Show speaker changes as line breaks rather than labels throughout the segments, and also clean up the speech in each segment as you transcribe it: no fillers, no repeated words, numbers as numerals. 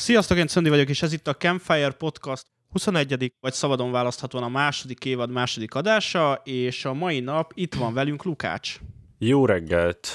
Sziasztok, én Czöndi vagyok, és ez itt a Campfire Podcast 21. vagy szabadon választhatóan a második évad második adása, és a mai nap itt van velünk Lukács.
Jó reggelt!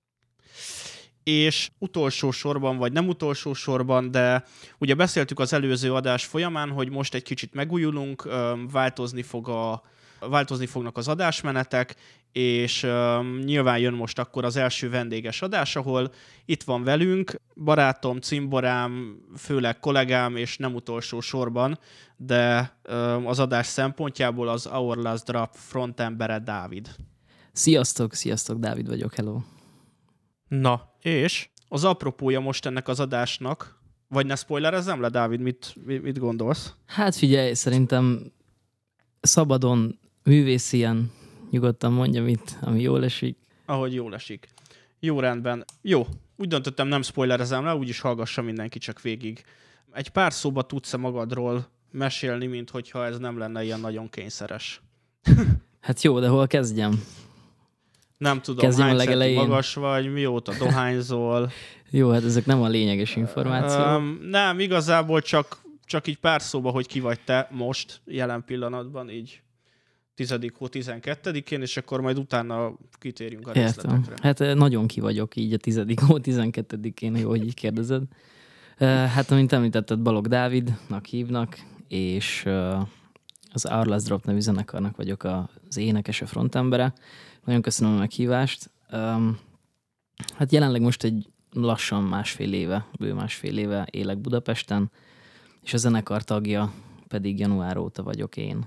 És utolsó sorban, vagy nem utolsó sorban, de ugye beszéltük az előző adás folyamán, hogy most egy kicsit megújulunk, változni fognak az adásmenetek, és nyilván jön most akkor az első vendéges adás, ahol itt van velünk barátom, cimborám, főleg kollégám, és nem utolsó sorban, de az adás szempontjából az Our Last Drop frontembere Dávid.
Sziasztok, Dávid vagyok, hello.
Na, és az apropója most ennek az adásnak, vagy ne spoilerezzem le, Dávid, mit gondolsz?
Hát figyelj, szerintem szabadon, művészien nyugodtan mondjam itt, ami jól esik.
Ahogy jól esik. Jó, rendben. Jó, úgy döntöttem, nem spoilerezem le, úgyis hallgassa mindenki csak végig. Egy pár szóba tudsz-e magadról mesélni, mint hogyha ez nem lenne ilyen nagyon kényszeres?
Hát jó, de hol kezdjem?
Nem tudom,
kezdjem
hány
a legelején.
magas vagy, mióta dohányzol?
Jó, hát ezek nem a lényeges információk.
Nem, igazából csak így pár szóba, hogy ki vagy te most, jelen pillanatban, így 10. hó 12-én, és akkor majd utána kitérjünk a részletekre.
Hát nagyon ki vagyok így a 10. hó 12-én, jó, hogy így kérdezed. Hát, amint említetted, Balogh Dávidnak hívnak, és az Our Last Drop nevű zenekarnak vagyok az énekes, a frontembere. Nagyon köszönöm a meghívást. Hát jelenleg most egy lassan bő másfél éve élek Budapesten, és a zenekar tagja pedig január óta vagyok én.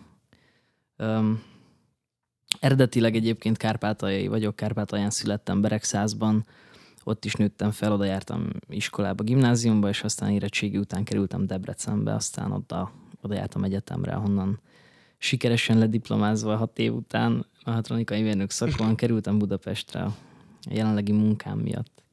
Eredetileg egyébként kárpátaljai vagyok, Kárpátalján születtem, Beregszázban, ott is nőttem fel, oda jártam iskolába, gimnáziumba, és aztán érettségi után kerültem Debrecenbe, aztán oda jártam egyetemre, ahonnan sikeresen lediplomázva 6 év után mechatronikai mérnök szakon kerültem Budapestre a jelenlegi munkám miatt.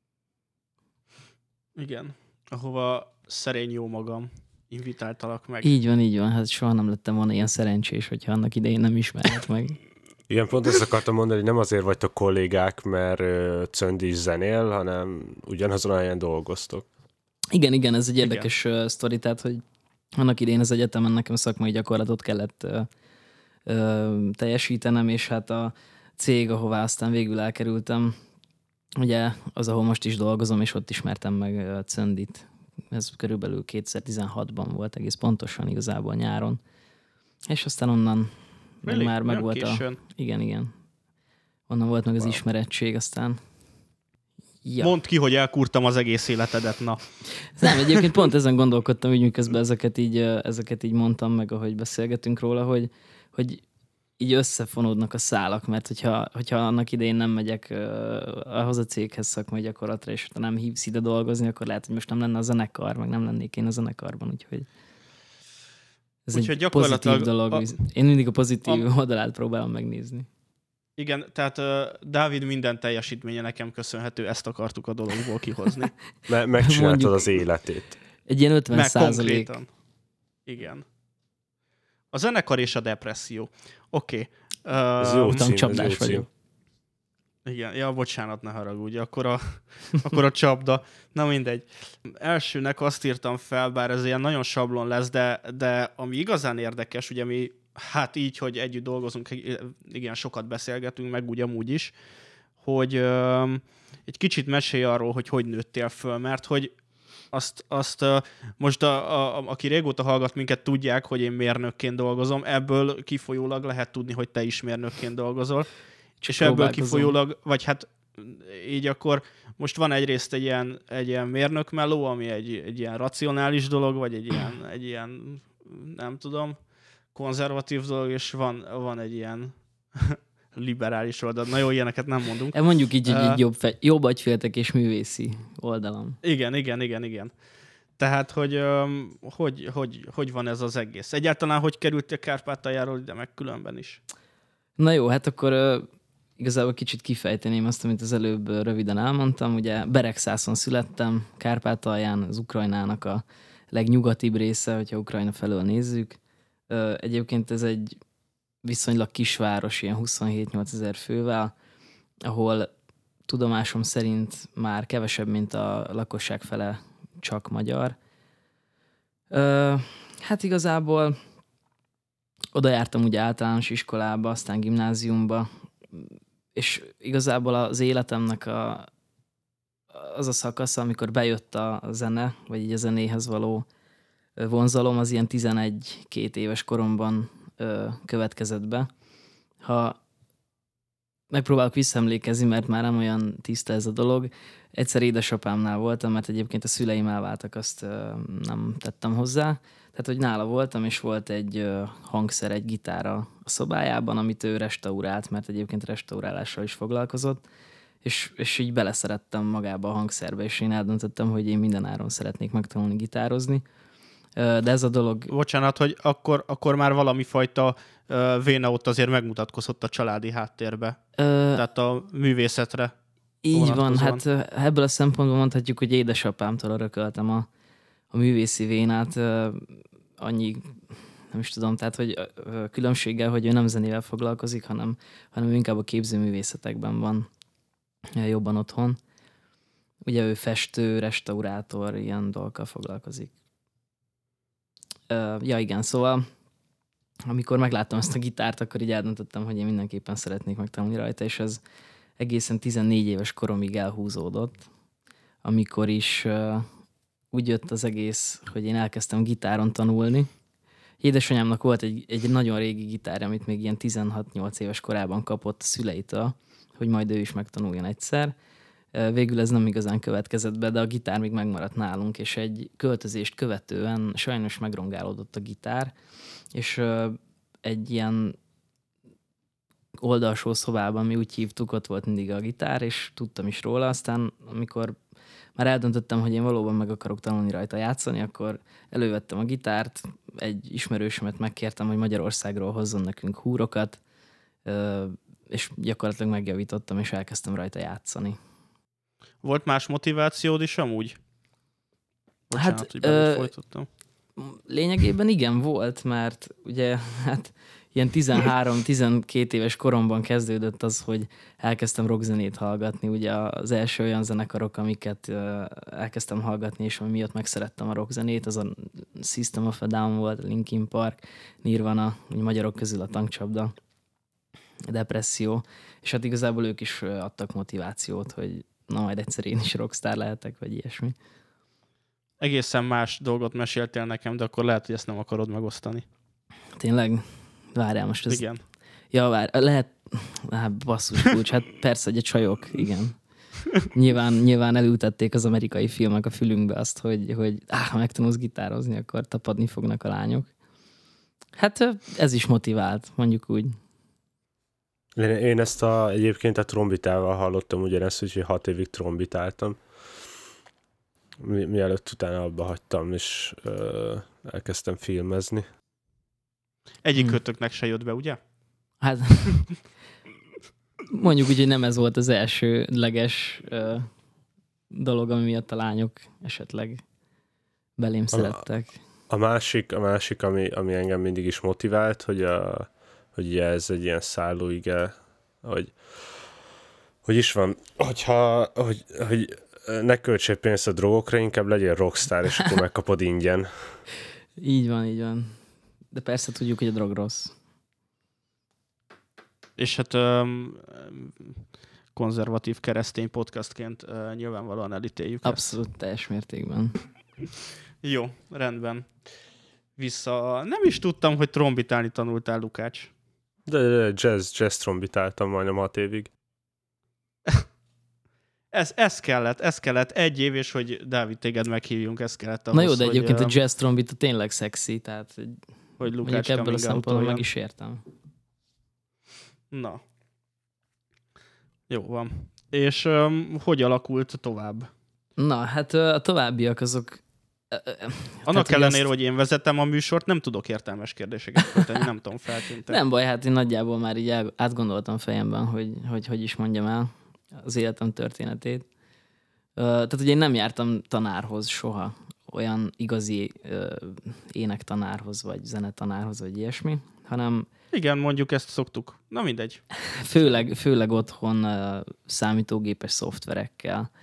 Igen, ahova szerény jó magam invitáltalak meg.
Így van, hát soha nem lettem volna ilyen szerencsés, hogyha annak idején nem ismerhet meg.
Igen, pont ezt akartam mondani, hogy nem azért vagytok kollégák, mert Czöndi is zenél, hanem ugyanazon a helyen dolgoztok.
Igen, ez egy érdekes sztori, tehát, hogy annak idején az egyetemen nekem szakmai gyakorlatot kellett teljesítenem, és hát a cég, ahová aztán végül elkerültem, ugye az, ahol most is dolgozom, és ott ismertem meg Czöndit. Ez körülbelül 2016-ban volt egész pontosan, igazából nyáron. És aztán onnan meg volt
későn.
Igen. Onnan volt meg az ismerettség, aztán... Ja.
Mondd ki, hogy elkúrtam az egész életedet, na.
Nem, egyébként pont ezen gondolkodtam, úgy miközben ezeket így mondtam meg, ahogy beszélgetünk róla, hogy így összefonódnak a szálak, mert hogyha annak idején nem megyek ahhoz a céghez szakmai gyakorlatra, és ha nem hívsz ide dolgozni, akkor lehet, hogy most nem lenne a zenekar, meg nem lennék én a zenekarban, úgyhogy ez egy pozitív dolog. Én mindig a pozitív oldalát próbálom megnézni.
Igen, tehát Dávid minden teljesítménye nekem köszönhető, ezt akartuk a dologból kihozni.
Megcsináltad az életét.
Egy ilyen 50%.
Konkrétan. Igen. A zenekar és a depresszió. Oké.
Ez jó cím,
csapdás vagyok.
Igen, ja, bocsánat, ne haragudj, akkor a csapda. Na mindegy. Elsőnek azt írtam fel, bár ez ilyen nagyon sablon lesz, de ami igazán érdekes, ugye mi hát így, hogy együtt dolgozunk, igen, sokat beszélgetünk, meg úgy amúgy is, hogy egy kicsit mesélj arról, hogy nőttél föl, mert hogy azt most aki régóta hallgat minket, tudják, hogy én mérnökként dolgozom, ebből kifolyólag lehet tudni, hogy te is mérnökként dolgozol, és ebből kifolyólag, vagy hát így akkor most van egyrészt egy ilyen mérnökmeló, ami egy ilyen racionális dolog, vagy egy ilyen nem tudom, konzervatív dolog, és van egy ilyen liberális oldal. Na jó, ilyeneket nem mondunk.
Mondjuk így, hogy egy jobb agyféltek és művészi oldalam.
Igen. Tehát, hogy van ez az egész? Egyáltalán hogy kerültél Kárpátaljáról ide, meg különben is?
Na jó, hát akkor igazából kicsit kifejteném azt, amit az előbb röviden elmondtam. Ugye Beregszászon születtem, Kárpátalján, az Ukrajnának a legnyugatibb része, hogyha Ukrajna felől nézzük. Egyébként ez egy viszonylag kisváros, ilyen 27-8 ezer fővel, ahol tudomásom szerint már kevesebb, mint a lakosság fele csak magyar. Hát igazából oda jártam ugye általános iskolába, aztán gimnáziumba, és igazából az életemnek az a szakasz, amikor bejött a zene, vagy így a zenéhez való vonzalom, az ilyen 11-2 éves koromban következett be. Ha megpróbálok visszaemlékezni, mert már nem olyan tiszta ez a dolog. Egyszer édesapámnál voltam, mert egyébként a szüleim elváltak, azt nem tettem hozzá. Tehát, hogy nála voltam, és volt egy hangszer, egy gitár a szobájában, amit ő restaurált, mert egyébként restaurálással is foglalkozott, és így beleszerettem magába a hangszerbe, és én eldöntöttem, hogy én mindenáron szeretnék megtanulni gitározni. De ez a dolog...
Bocsánat, hogy akkor már valami fajta véna ott azért megmutatkozott a családi háttérbe. Tehát a művészetre.
Így van, hát ebből a szempontból mondhatjuk, hogy édesapámtól örököltem a művészi vénát, annyi, nem is tudom, tehát hogy különbséggel, hogy ő nem zenével foglalkozik, hanem inkább a képzőművészetekben van jobban otthon. Ugye ő festő, restaurátor, ilyen dolgokkal foglalkozik. Ja igen, szóval amikor megláttam ezt a gitárt, akkor így eldöntöttem, hogy én mindenképpen szeretnék megtanulni rajta, és ez egészen 14 éves koromig elhúzódott, amikor is úgy jött az egész, hogy én elkezdtem gitáron tanulni. Édesanyámnak volt egy nagyon régi gitárja, amit még ilyen 16-8 éves korában kapott a szüleitől, hogy majd ő is megtanuljon egyszer. Végül ez nem igazán következett be, de a gitár még megmaradt nálunk, és egy költözést követően sajnos megrongálódott a gitár, és egy ilyen oldalsó szobában, mi úgy hívtuk, ott volt mindig a gitár, és tudtam is róla. Aztán, amikor már eldöntöttem, hogy én valóban meg akarok tanulni rajta játszani, akkor elővettem a gitárt, egy ismerősömet megkértem, hogy Magyarországról hozzon nekünk húrokat, és gyakorlatilag megjavítottam, és elkezdtem rajta játszani.
Volt más motivációd is amúgy? Bocsánat,
Hát,
hogy belefolytottam.
Lényegében igen volt, mert ugye hát ilyen 13-12 éves koromban kezdődött az, hogy elkezdtem rockzenét hallgatni. Ugye az első olyan zenekarok, amiket elkezdtem hallgatni, és ami miatt megszerettem a rockzenét, az a System of a Down volt, a Linkin Park, Nirvana, magyarok közül a Tankcsapda, Depresszió, és hát igazából ők is adtak motivációt, hogy na majd egyszer én is rockstar lehetek, vagy ilyesmi.
Egészen más dolgot meséltél nekem, de akkor lehet, hogy ezt nem akarod megosztani.
Tényleg? Várjál most. Ez...
Igen.
Ja, lehet... basszus kulcs, hát persze, hogy a csajok, igen. Nyilván elültették az amerikai filmek a fülünkbe azt, hogy ha megtanulsz gitározni, akkor tapadni fognak a lányok. Hát ez is motivált, mondjuk úgy.
Én ezt egyébként a trombitával hallottam ugyanezt, úgyhogy 6 évig trombitáltam. Mielőtt utána abba hagytam, és elkezdtem filmezni.
Egyik kötöknek se jött be, ugye?
Hát mondjuk úgy, hogy nem ez volt az elsőleges dolog, ami miatt a lányok esetleg belém szerettek.
A másik ami engem mindig is motivált, hogy ez egy ilyen szállóige, hogy is van, hogy ne költsél pénzt a drogokra, inkább legyél rockstar, és akkor megkapod ingyen.
Így van. De persze tudjuk, hogy a drog rossz.
És hát konzervatív keresztény podcastként nyilvánvalóan elítéljük
Abszolút, teljes mértékben.
Jó, rendben. Nem is tudtam, hogy trombitálni tanultál, Lukács.
De jazz trombitáltam majdnem 6 évig.
Ez kellett 1 év, és hogy Dávid, téged meghívjunk, ez kellett ahhoz,
na jó, de egyébként a jazz trombita tényleg szexi, tehát
hogy Lukács
ebből a szempontból meg is értem.
Na. Jó van. És hogy alakult tovább?
Na, hát a továbbiak azok...
Annak ellenére, hogy én vezetem a műsort, nem tudok értelmes kérdéseket föltenni, nem tudom, feltűntek.
Nem baj, hát én nagyjából már így átgondoltam fejemben, hogy is mondjam el az életem történetét. Tehát ugye én nem jártam tanárhoz soha, olyan igazi énektanárhoz, vagy zenetanárhoz, vagy ilyesmi, hanem...
Igen, mondjuk ezt szoktuk. Na mindegy.
Főleg otthon számítógépes szoftverekkel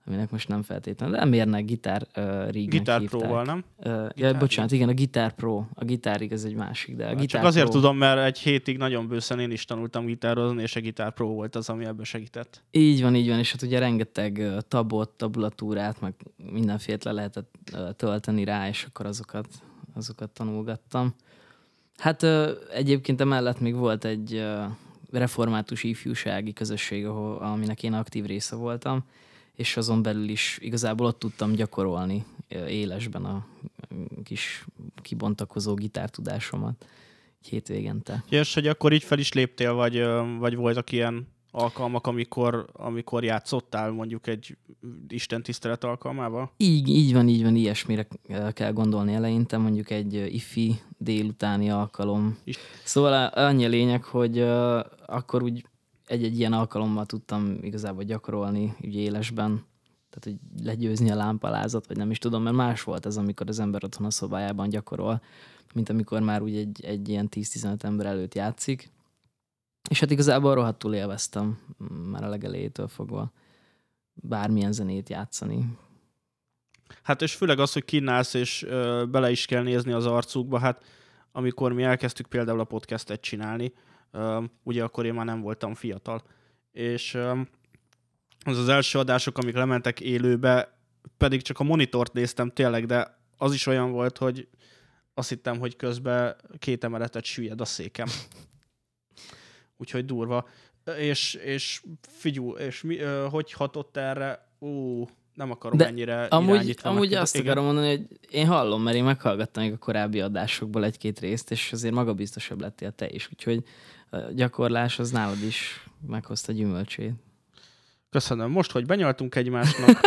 aminek most nem feltétlenül, de mérnek Guitar Rig-nek
Guitar
hívták.
Pro-val, nem?
Bocsánat, igen, a Guitar Pro. A Guitar Rig az egy másik, de a Guitar
Csak azért
Pro...
tudom, mert egy hétig nagyon bőszen én is tanultam gitározni, és a Guitar Pro volt az, ami ebben segített.
Így van, és hát ugye rengeteg tabot, tabulatúrát, meg mindenféle le lehetett tölteni rá, és akkor azokat tanulgattam. Hát egyébként emellett még volt egy református ifjúsági közösség, aminek én aktív része voltam, és azon belül is igazából ott tudtam gyakorolni élesben a kis kibontakozó gitártudásomat egy hétvégente.
És hogy akkor így fel is léptél, vagy voltak ilyen alkalmak, amikor játszottál mondjuk egy istentisztelet alkalmával?
Így van, ilyesmire kell gondolni eleinte, mondjuk egy ifi délutáni alkalom. Szóval annyi a lényeg, hogy akkor úgy egy ilyen alkalommal tudtam igazából gyakorolni úgy élesben, tehát hogy legyőzni a lámpalázat, vagy nem is tudom, mert más volt ez, amikor az ember otthon a szobájában gyakorol, mint amikor már úgy egy ilyen 10-15 ember előtt játszik. És hát igazából rohadtul élveztem már a legelejétől fogva bármilyen zenét játszani.
Hát és főleg az, hogy kínálsz, és bele is kell nézni az arcukba, hát amikor mi elkezdtük például a podcastet csinálni, ugye akkor én már nem voltam fiatal, és az első adások, amik lementek élőbe, pedig csak a monitort néztem tényleg, de az is olyan volt, hogy azt hittem, hogy közben 2 emeletet süllyed a székem. Úgyhogy durva. És figyú, és hogy hatott erre? Nem akarom ennyire irányítva.
Amúgy azt akarom mondani, hogy én hallom, mert én meghallgattam még a korábbi adásokból 1-2 részt, és azért magabiztosabb lettél te is, úgyhogy a gyakorlás az nálad is meghozta gyümölcsét.
Köszönöm. Most, hogy benyaltunk egymásnak.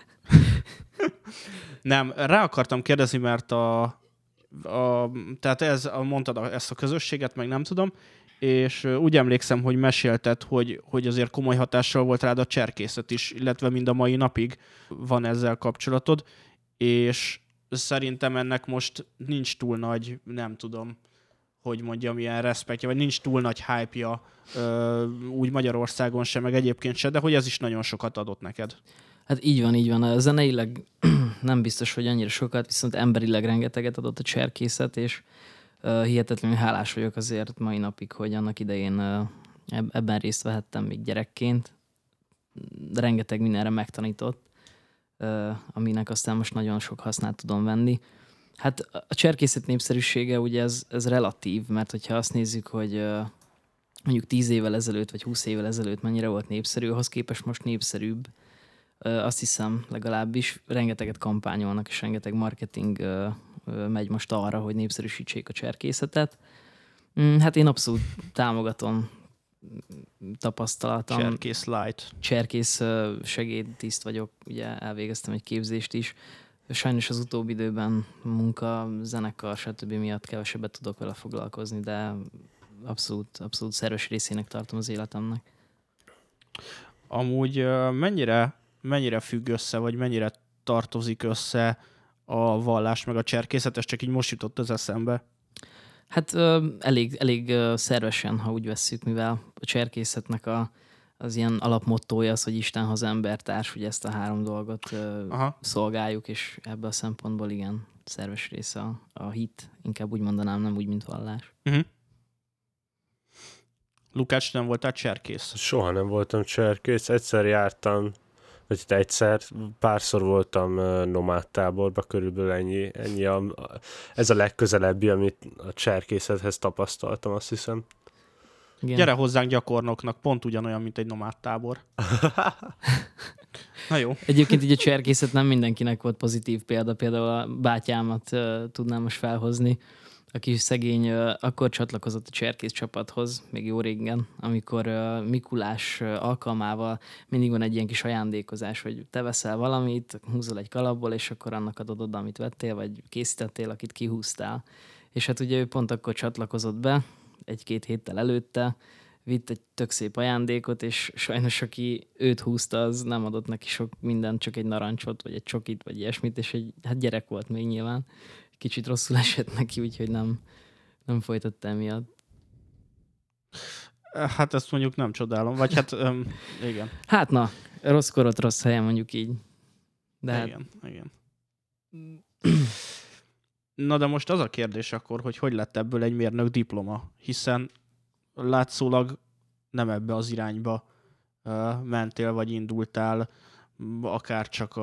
Nem, rá akartam kérdezni, mert tehát mondtad ezt a közösséget, meg nem tudom, és úgy emlékszem, hogy mesélted, hogy azért komoly hatással volt rád a cserkészet is, illetve mind a mai napig van ezzel kapcsolatod, és szerintem ennek most nincs túl nagy, nem tudom, hogy mondjam, ilyen respektje, vagy nincs túl nagy hype-ja úgy Magyarországon sem, meg egyébként se, de hogy ez is nagyon sokat adott neked.
Hát így van. Zeneileg nem biztos, hogy annyira sokat, viszont emberileg rengeteget adott a cserkészet, és hihetetlenül hálás vagyok azért mai napig, hogy annak idején ebben részt vehettem még gyerekként. Rengeteg mindenre megtanított, aminek aztán most nagyon sok hasznát tudom venni. Hát a cserkészet népszerűsége ugye ez relatív, mert hogyha azt nézzük, hogy mondjuk 10 évvel ezelőtt, vagy 20 évvel ezelőtt mennyire volt népszerű, ahhoz képest most népszerűbb. Azt hiszem legalábbis rengeteget kampányolnak, és rengeteg marketing megy most arra, hogy népszerűsítsék a cserkészetet. Hát én abszolút támogatom tapasztalatom.
Cserkész light.
Cserkész segédtiszt vagyok, ugye elvégeztem egy képzést is. Sajnos az utóbbi időben munka, zenekar, stb. Miatt kevesebbet tudok vele foglalkozni, de abszolút szerves részének tartom az életemnek.
Amúgy mennyire függ össze, vagy mennyire tartozik össze a vallás meg a cserkészet, ez csak így most jutott az eszembe?
Hát elég szervesen, ha úgy vesszük, mivel a cserkészetnek az ilyen alapmottója az, hogy Isten, haza, embertárs, hogy ezt a 3 dolgot szolgáljuk, és ebből a szempontból igen, szerves része a hit. Inkább úgy mondanám, nem úgy, mint vallás.
Uh-huh. Lukács, nem voltál cserkész?
Soha nem voltam cserkész, egyszer jártam, vagy párszor voltam nomád táborba, körülbelül ennyi ez a legközelebbi, amit a cserkészethez tapasztaltam, azt hiszem.
Igen.
Gyere hozzánk gyakornoknak, pont ugyanolyan, mint egy nomád tábor. Na jó.
Egyébként így a cserkészet nem mindenkinek volt pozitív példa, például a bátyámat tudnám most felhozni, aki szegény akkor csatlakozott a cserkész csapathoz, még jó régen, amikor Mikulás alkalmával mindig van egy ilyen kis ajándékozás, hogy te veszel valamit, húzol egy kalapból, és akkor annak adod oda, amit vettél, vagy készítettél, akit kihúztál. És hát ugye ő pont akkor csatlakozott be, 1-2 héttel előtte, vitt egy tök szép ajándékot, és sajnos aki őt húzta, az nem adott neki sok mindent, csak egy narancsot, vagy egy csokit, vagy ilyesmit, és hát gyerek volt még nyilván. Kicsit rosszul esett neki, úgyhogy nem folytatta emiatt.
Hát ezt mondjuk nem csodálom, vagy hát igen.
Hát na, rossz korot, rossz helyen, mondjuk így. De
igen, igen. Na de most az a kérdés akkor, hogy lett ebből egy mérnök diploma, hiszen látszólag nem ebbe az irányba mentél, vagy indultál, akár csak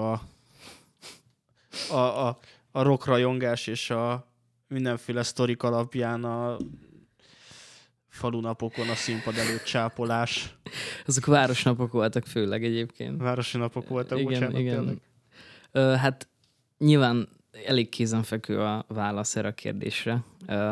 a rockrajongás és a mindenféle sztorik alapján a falunapokon a színpad előtt csápolás.
azok városnapok voltak főleg egyébként.
Városi napok voltak,
Igen,
bocsánat,
igen.
tényleg.
Hát nyilván elég kézenfekvő a válasz erre a kérdésre.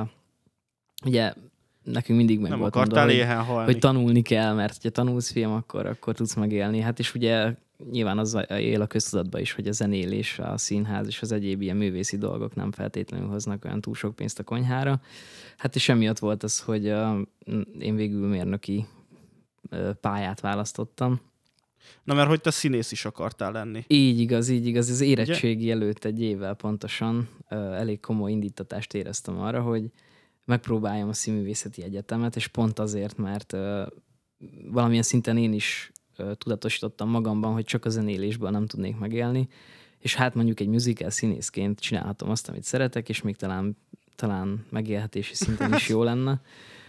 Ugye nekünk mindig meg
Nem
volt
akartál
mondva,
éhen halni.
hogy tanulni kell, mert ha tanulsz, fiam, akkor tudsz megélni. Hát és ugye nyilván az él a köztudatban is, hogy a zenélés, a színház és az egyéb ilyen művészi dolgok nem feltétlenül hoznak olyan túl sok pénzt a konyhára. Hát és emiatt volt az, hogy én végül mérnöki pályát választottam.
Na mert hogy te színész is akartál lenni.
Így igaz. Az érettségi előtt egy évvel pontosan elég komoly indítatást éreztem arra, hogy megpróbáljam a Színművészeti Egyetemet, és pont azért, mert valamilyen szinten én is tudatosítottam magamban, hogy csak a zenélésből nem tudnék megélni, és hát mondjuk egy musical színészként csinálhatom azt, amit szeretek, és még talán megélhetési szinten is jó lenne,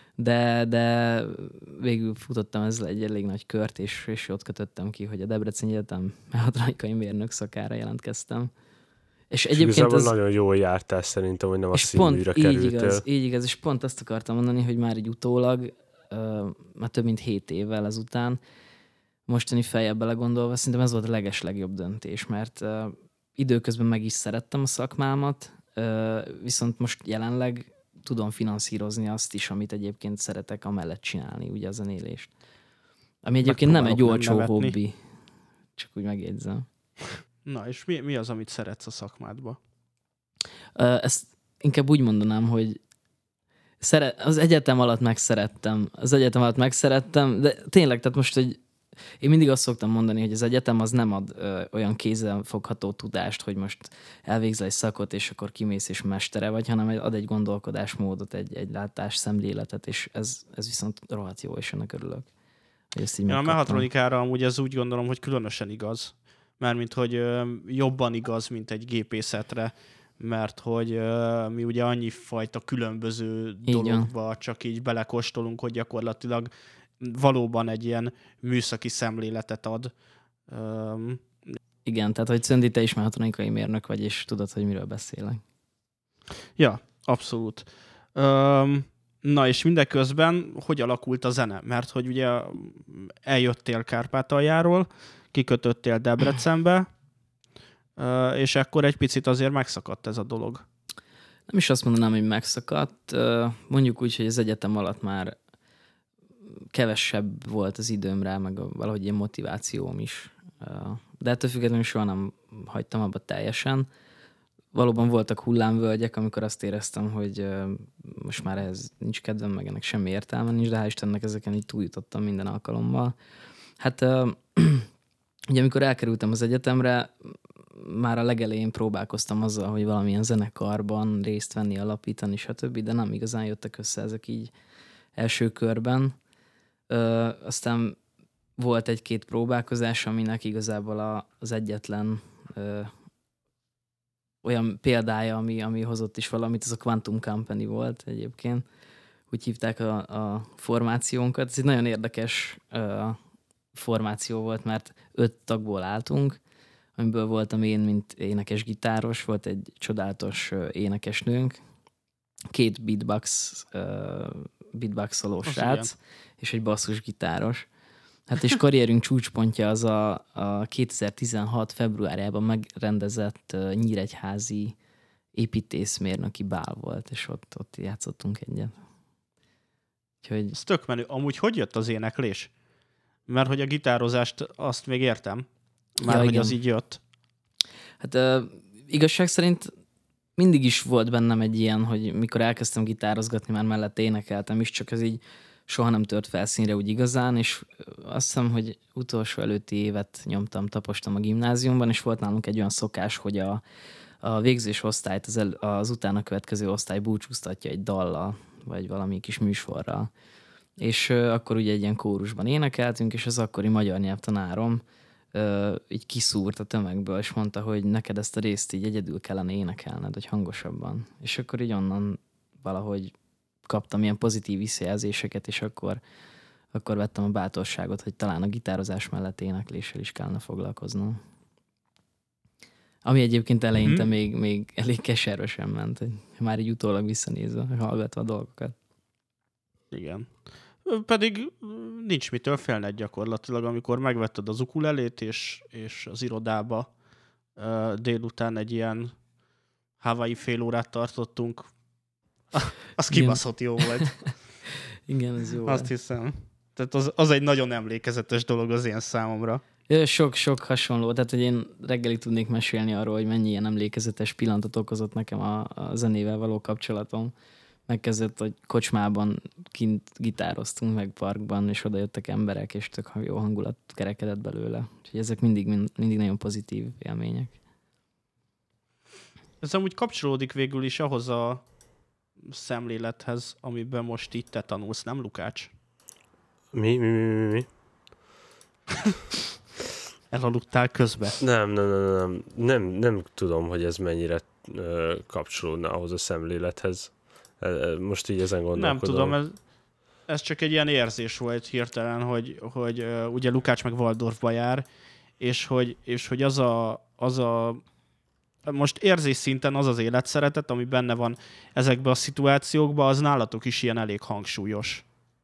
de végül futottam ezzel egy elég nagy kört, és ott kötöttem ki, hogy a Debreceni Egyetem mechatronikai mérnök szakára jelentkeztem. És egyébként
az... nagyon jól jártál szerintem, hogy nem a
és
színműre kerültél.
Így igaz, és pont azt akartam mondani, hogy már így utólag, már több mint 7 évvel ezután, mostani fejjel belegondolva, szerintem ez volt a legeslegjobb döntés, mert időközben meg is szerettem a szakmámat, viszont most jelenleg tudom finanszírozni azt is, amit egyébként szeretek amellett csinálni, ugye a zenélést. Ami egyébként nem egy olcsó hobbi, csak úgy megjegyzem.
Na, és mi az, amit szeretsz a szakmádba?
Ezt inkább úgy mondanám, hogy az egyetem alatt megszerettem, de tényleg, tehát most, hogy én mindig azt szoktam mondani, hogy az egyetem az nem ad olyan kézzelfogható tudást, hogy most elvégzel egy szakot, és akkor kimész és mestere vagy, hanem ad egy gondolkodásmódot, egy látásszemléletet, és ez viszont rohadt jó, és ennek örülök. Hogy ezt így
a mechatronikára amúgy ez úgy gondolom, hogy különösen igaz. Mármint, hogy jobban igaz, mint egy gépészetre, mert hogy mi ugye annyi fajta különböző dologba csak így belekóstolunk, hogy gyakorlatilag valóban egy ilyen műszaki szemléletet ad.
Igen, tehát hogy Czöndi, te is mechatronikai mérnök vagy, és tudod, hogy miről beszélek.
Ja, abszolút. Na és mindeközben hogy alakult a zene? Mert hogy ugye eljöttél Kárpátaljáról, kikötöttél Debrecenbe, és akkor egy picit azért megszakadt ez a dolog.
Nem is azt mondanám, hogy megszakadt. Mondjuk úgy, hogy az egyetem alatt már kevesebb volt az időm rá, meg valahogy ilyen motivációm is. De ettől függetlenül soha nem hagytam abba teljesen. Valóban voltak hullámvölgyek, amikor azt éreztem, hogy most már ehhez nincs kedvem, meg ennek semmi értelme nincs, de hál' Istennek ezeken így túljutottam minden alkalommal. Hát ugye amikor elkerültem az egyetemre, már a legelején próbálkoztam azzal, hogy valamilyen zenekarban részt venni, alapítani, stb., de nem igazán jöttek össze ezek így első körben. Aztán volt egy-két próbálkozás, aminek igazából az egyetlen olyan példája, ami hozott is valamit, az a Quantum Company volt egyébként. Úgy hívták a formációnkat. Ez egy nagyon érdekes formáció volt, mert 5 tagból álltunk, amiből voltam én, mint énekes-gitáros, volt egy csodálatos énekesnőnk, 2 beatboxoló srác, és egy basszusgitáros. Hát és karrierünk csúcspontja az a 2016. februárjában megrendezett nyíregyházi építészmérnöki bál volt, és ott játszottunk egyet. Úgyhogy...
Ez tök menő. Amúgy hogy jött az éneklés? Mert hogy a gitározást azt még értem. Már hogy
igen.
Az így jött.
Hát igazság szerint mindig is volt bennem egy ilyen, hogy mikor elkezdtem gitározgatni, már mellett énekeltem is, csak ez így soha nem tört felszínre úgy igazán, és azt hiszem, hogy utolsó előtti évet tapostam a gimnáziumban, és volt nálunk egy olyan szokás, hogy a végzős osztályt az utána következő osztály búcsúztatja egy dallal, vagy valami kis műsorral. És akkor ugye egy ilyen kórusban énekeltünk, és az akkori magyar nyelvtanárom így kiszúrt a tömegből, és mondta, hogy neked ezt a részt így egyedül kellene énekelned, vagy hangosabban. És akkor így onnan valahogy kaptam ilyen pozitív visszajelzéseket, és akkor vettem a bátorságot, hogy talán a gitározás mellett énekléssel is kellene foglalkoznom. Ami egyébként eleinte még elég keservesen ment, hogy már így utólag visszanézve, hallgatva a dolgokat.
Igen. Pedig nincs mitől félned gyakorlatilag, amikor megvetted az ukulelét, és az irodába délután egy ilyen Hawaii fél órát tartottunk. Az kibaszott jó volt.
Igen, ez jó.
Azt hiszem. Tehát az egy nagyon emlékezetes dolog az én számomra.
Sok hasonló. Tehát, hogy én reggelig tudnék mesélni arról, hogy mennyi ilyen emlékezetes pillanatot okozott nekem a zenével való kapcsolatom. Megkezdett, hogy kocsmában kint gitároztunk meg parkban, és oda jöttek emberek, és tök jó hangulat kerekedett belőle. Úgyhogy ezek mindig nagyon pozitív élmények.
Ez amúgy kapcsolódik végül is ahhoz a szemlélethez, amiben most itt te tanulsz, nem Lukács?
Mi?
Elaludtál közben?
Nem tudom, hogy ez mennyire kapcsolódna ahhoz a szemlélethez. Most így ezen gondolkodom.
Nem tudom, ez csak egy ilyen érzés volt hirtelen, hogy ugye Lukács meg Waldorfba jár, és hogy az a most érzés szinten az életszeretet, ami benne van ezekben a szituációkban, az nálatok is ilyen elég hangsúlyos.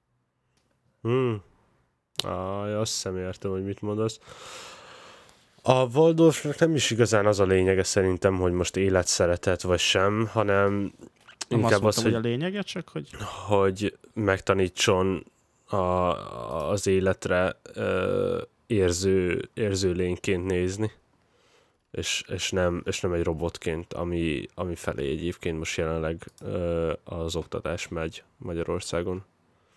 Azt hiszem értem, hogy mit mondasz. A Waldorfnak nem is igazán az a lényege szerintem, hogy most életszeretet vagy sem, hanem
Nem
inkább
azt mondtam,
hogy
hogy a lényege, csak
hogy megtanítson az életre érző lényként nézni, és nem egy robotként, ami felé egyébként most jelenleg az oktatás megy Magyarországon.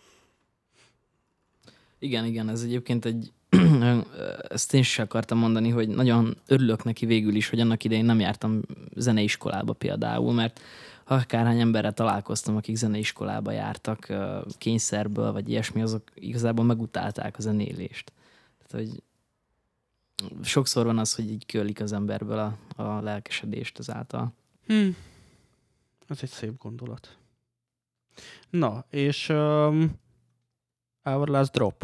Igen, ez egyébként ezt én is akartam mondani, hogy nagyon örülök neki végül is, hogy annak idején nem jártam zeneiskolába például, mert akárhány emberrel találkoztam, akik zeneiskolába jártak kényszerből, vagy ilyesmi, azok igazából megutálták a zenélést. Tehát, hogy sokszor van az, hogy így kölik az emberből a lelkesedést ezáltal.
Ez egy szép gondolat. Na, és Our Last Drop.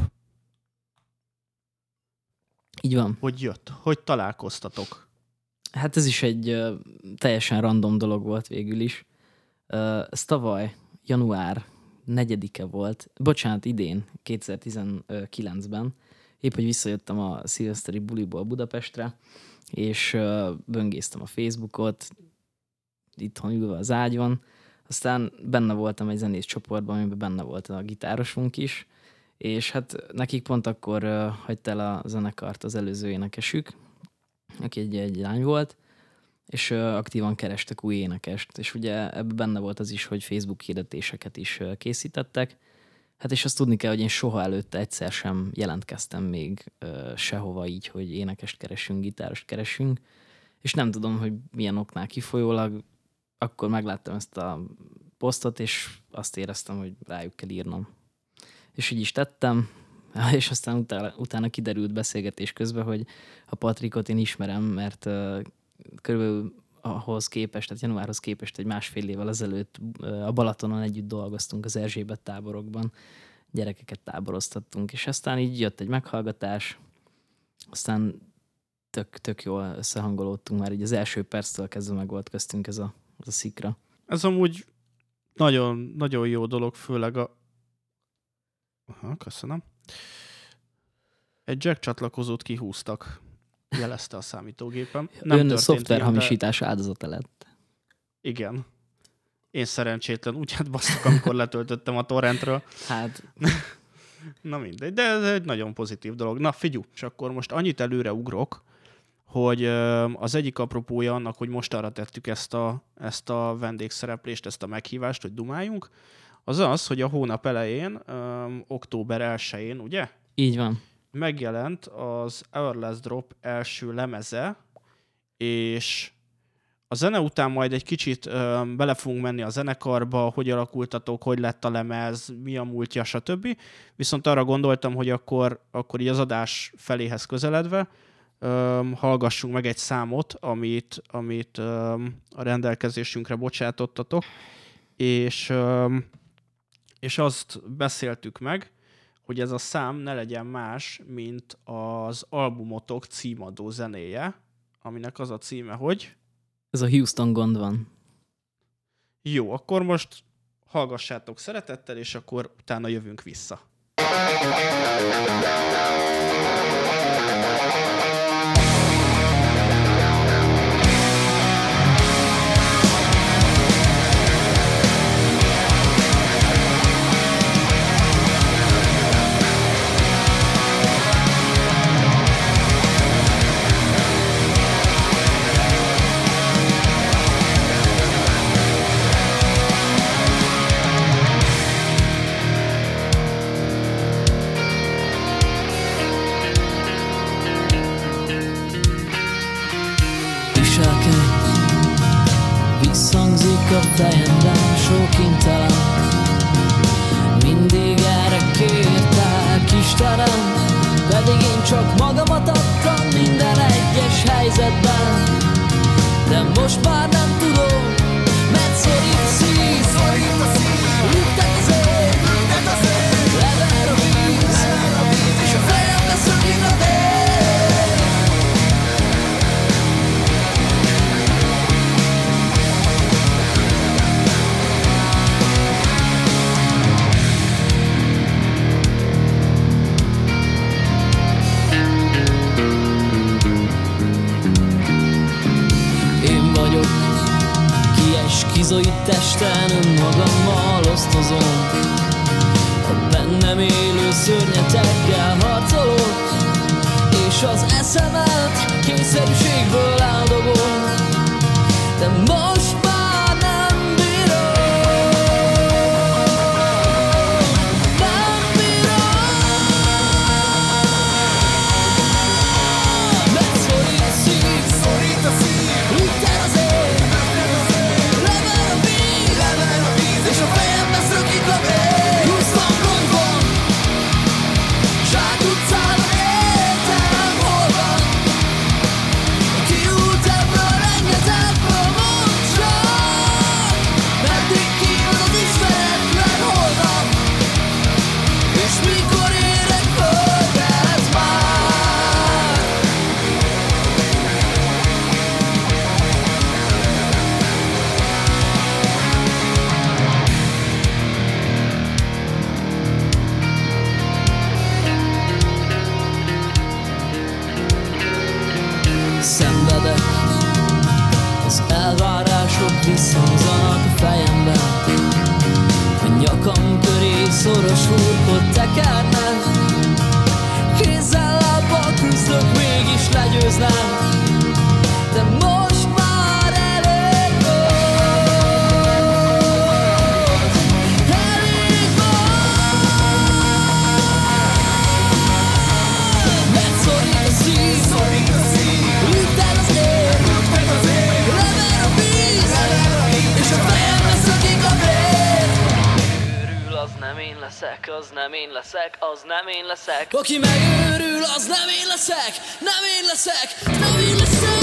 Így van.
Hogy jött? Hogy találkoztatok?
Hát ez is egy teljesen random dolog volt végül is. Ez tavaly, január 4-e volt, bocsánat, idén, 2019-ben, épp, hogy visszajöttem a szilveszteri buliból Budapestre, és böngésztem a Facebookot, itthon ülve az ágyon, aztán benne voltam egy zenész csoportban, amiben benne volt a gitárosunk is, és hát nekik pont akkor hagyta el a zenekart az előző énekesük, aki egy lány volt, és aktívan kerestek új énekest, és ugye ebben benne volt az is, hogy Facebook hirdetéseket is készítettek, hát és azt tudni kell, hogy én soha előtte egyszer sem jelentkeztem még sehova így, hogy énekest keresünk, gitárost keresünk, és nem tudom, hogy milyen oknál kifolyólag, akkor megláttam ezt a posztot, és azt éreztem, hogy rájuk kell írnom. És így is tettem, és aztán utána kiderült beszélgetés közben, hogy a Patrikot én ismerem, mert körülbelül ahhoz képest, tehát januárhoz képest egy másfél évvel ezelőtt a Balatonon együtt dolgoztunk az Erzsébet táborokban, gyerekeket táboroztattunk, és aztán így jött egy meghallgatás, aztán tök jól összehangolódtunk, már így az első perctől kezdve meg volt köztünk ez a szikra.
Ez amúgy nagyon, nagyon jó dolog, főleg köszönöm. Egy jack csatlakozót kihúztak, jelezte a számítógépem.
Ön szoftverhamisítás áldozata lett.
Igen. Én szerencsétlen úgy basztok, amikor letöltöttem a torrentről.
Hát...
Na mindegy, de ez egy nagyon pozitív dolog. Na figyelj, és akkor most annyit előre ugrok, hogy az egyik apropója annak, hogy most arra tettük ezt a vendégszereplést, ezt a meghívást, hogy dumáljunk, az az, hogy a hónap elején, október 1-én, ugye?
Így van.
Megjelent az Our Last Drop első lemeze, és a zene után majd egy kicsit bele fogunk menni a zenekarba, hogy alakultatok, hogy lett a lemez, mi a múltja, stb. Viszont arra gondoltam, hogy akkor így az adás feléhez közeledve hallgassunk meg egy számot, amit a rendelkezésünkre bocsátottatok, és azt beszéltük meg, hogy ez a szám ne legyen más, mint az albumotok címadó zenéje, aminek az a címe, hogy...
Ez a Houston gond van.
Jó, akkor most hallgassátok szeretettel, és akkor utána jövünk vissza.
Visszhangzik a fejemben sok intelem, mindig erre kértek Istenem, pedig én csak magamat adtam minden egyes helyzetben, de most már nem tudom, mert szorít a szív, lüktet az ég, lever a víz, és a fejembe szökik a vér. Kizoid testen önmagammal osztozom, a bennem élő szörnyetekkel harcolok, és az eszemet kényszerűségből áldogom, de most már nem bírom, nem bírom, mert szorít a szív, lüktet az ég, és a fejembe szökik a vér. Houston gond van, zsákutcában értem, hol van a kiút ebből rengetegből, mondd csak, meddig kívül az ismeretlen holnap, és mikor érek földet már. Szenvedek, az elvárások visszhangzanak a fejemben, a nyakam köré szoros hurkot tekernek, kézzel lábbal küzdök, mégis legyőznem, de most már elég volt, elég volt, mert szorít a szív, lüktet az ég, lever a víz, és a fejembe szökik a vér.
Őrül, az nem én leszek, az nem én leszek, az nem én leszek.
Aki megőrül, az nem én leszek, nem én leszek, nem én leszek.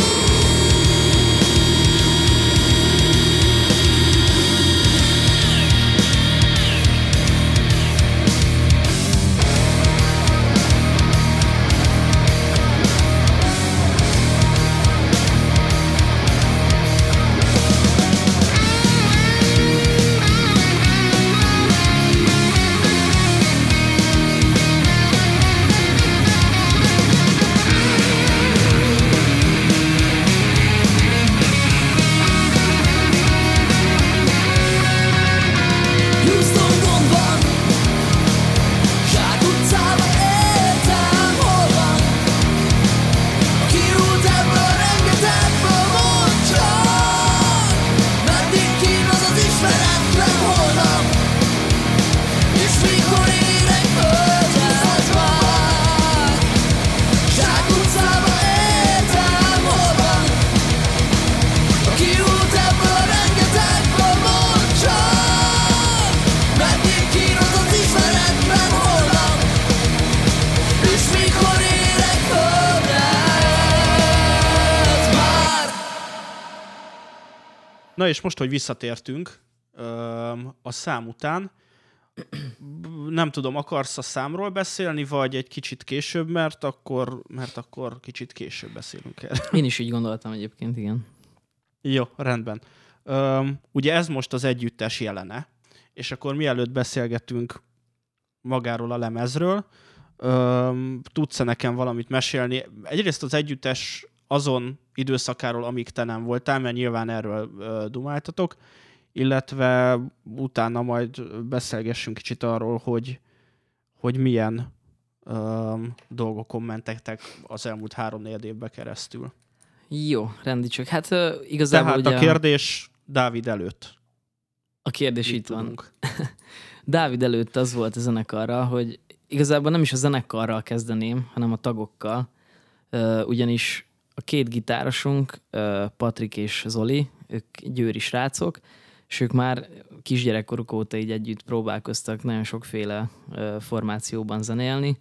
Na és most, hogy visszatértünk a szám után, nem tudom, akarsz a számról beszélni, vagy egy kicsit később, mert akkor kicsit később beszélünk el.
Én is így gondoltam egyébként, igen.
Jó, rendben. Ugye ez most az együttes jelene, és akkor mielőtt beszélgetünk magáról a lemezről, tudsz-e nekem valamit mesélni? Egyrészt az együttes azon időszakáról, amíg te nem voltál, mert nyilván erről dumáltatok, illetve utána majd beszélgessünk kicsit arról, hogy milyen dolgokon mentek az elmúlt 3-4 évben keresztül.
Jó, rendi csak. Hát igazából
Tehát
ugye...
a kérdés Dávid előtt.
A kérdés itt van.
tudunk.
Dávid előtt az volt a zenekarra, hogy igazából nem is a zenekarral kezdeném, hanem a tagokkal. Ugyanis a 2 gitárosunk, Patrik és Zoli, ők győri srácok, és ők már kisgyerekkoruk óta így együtt próbálkoztak nagyon sokféle formációban zenélni.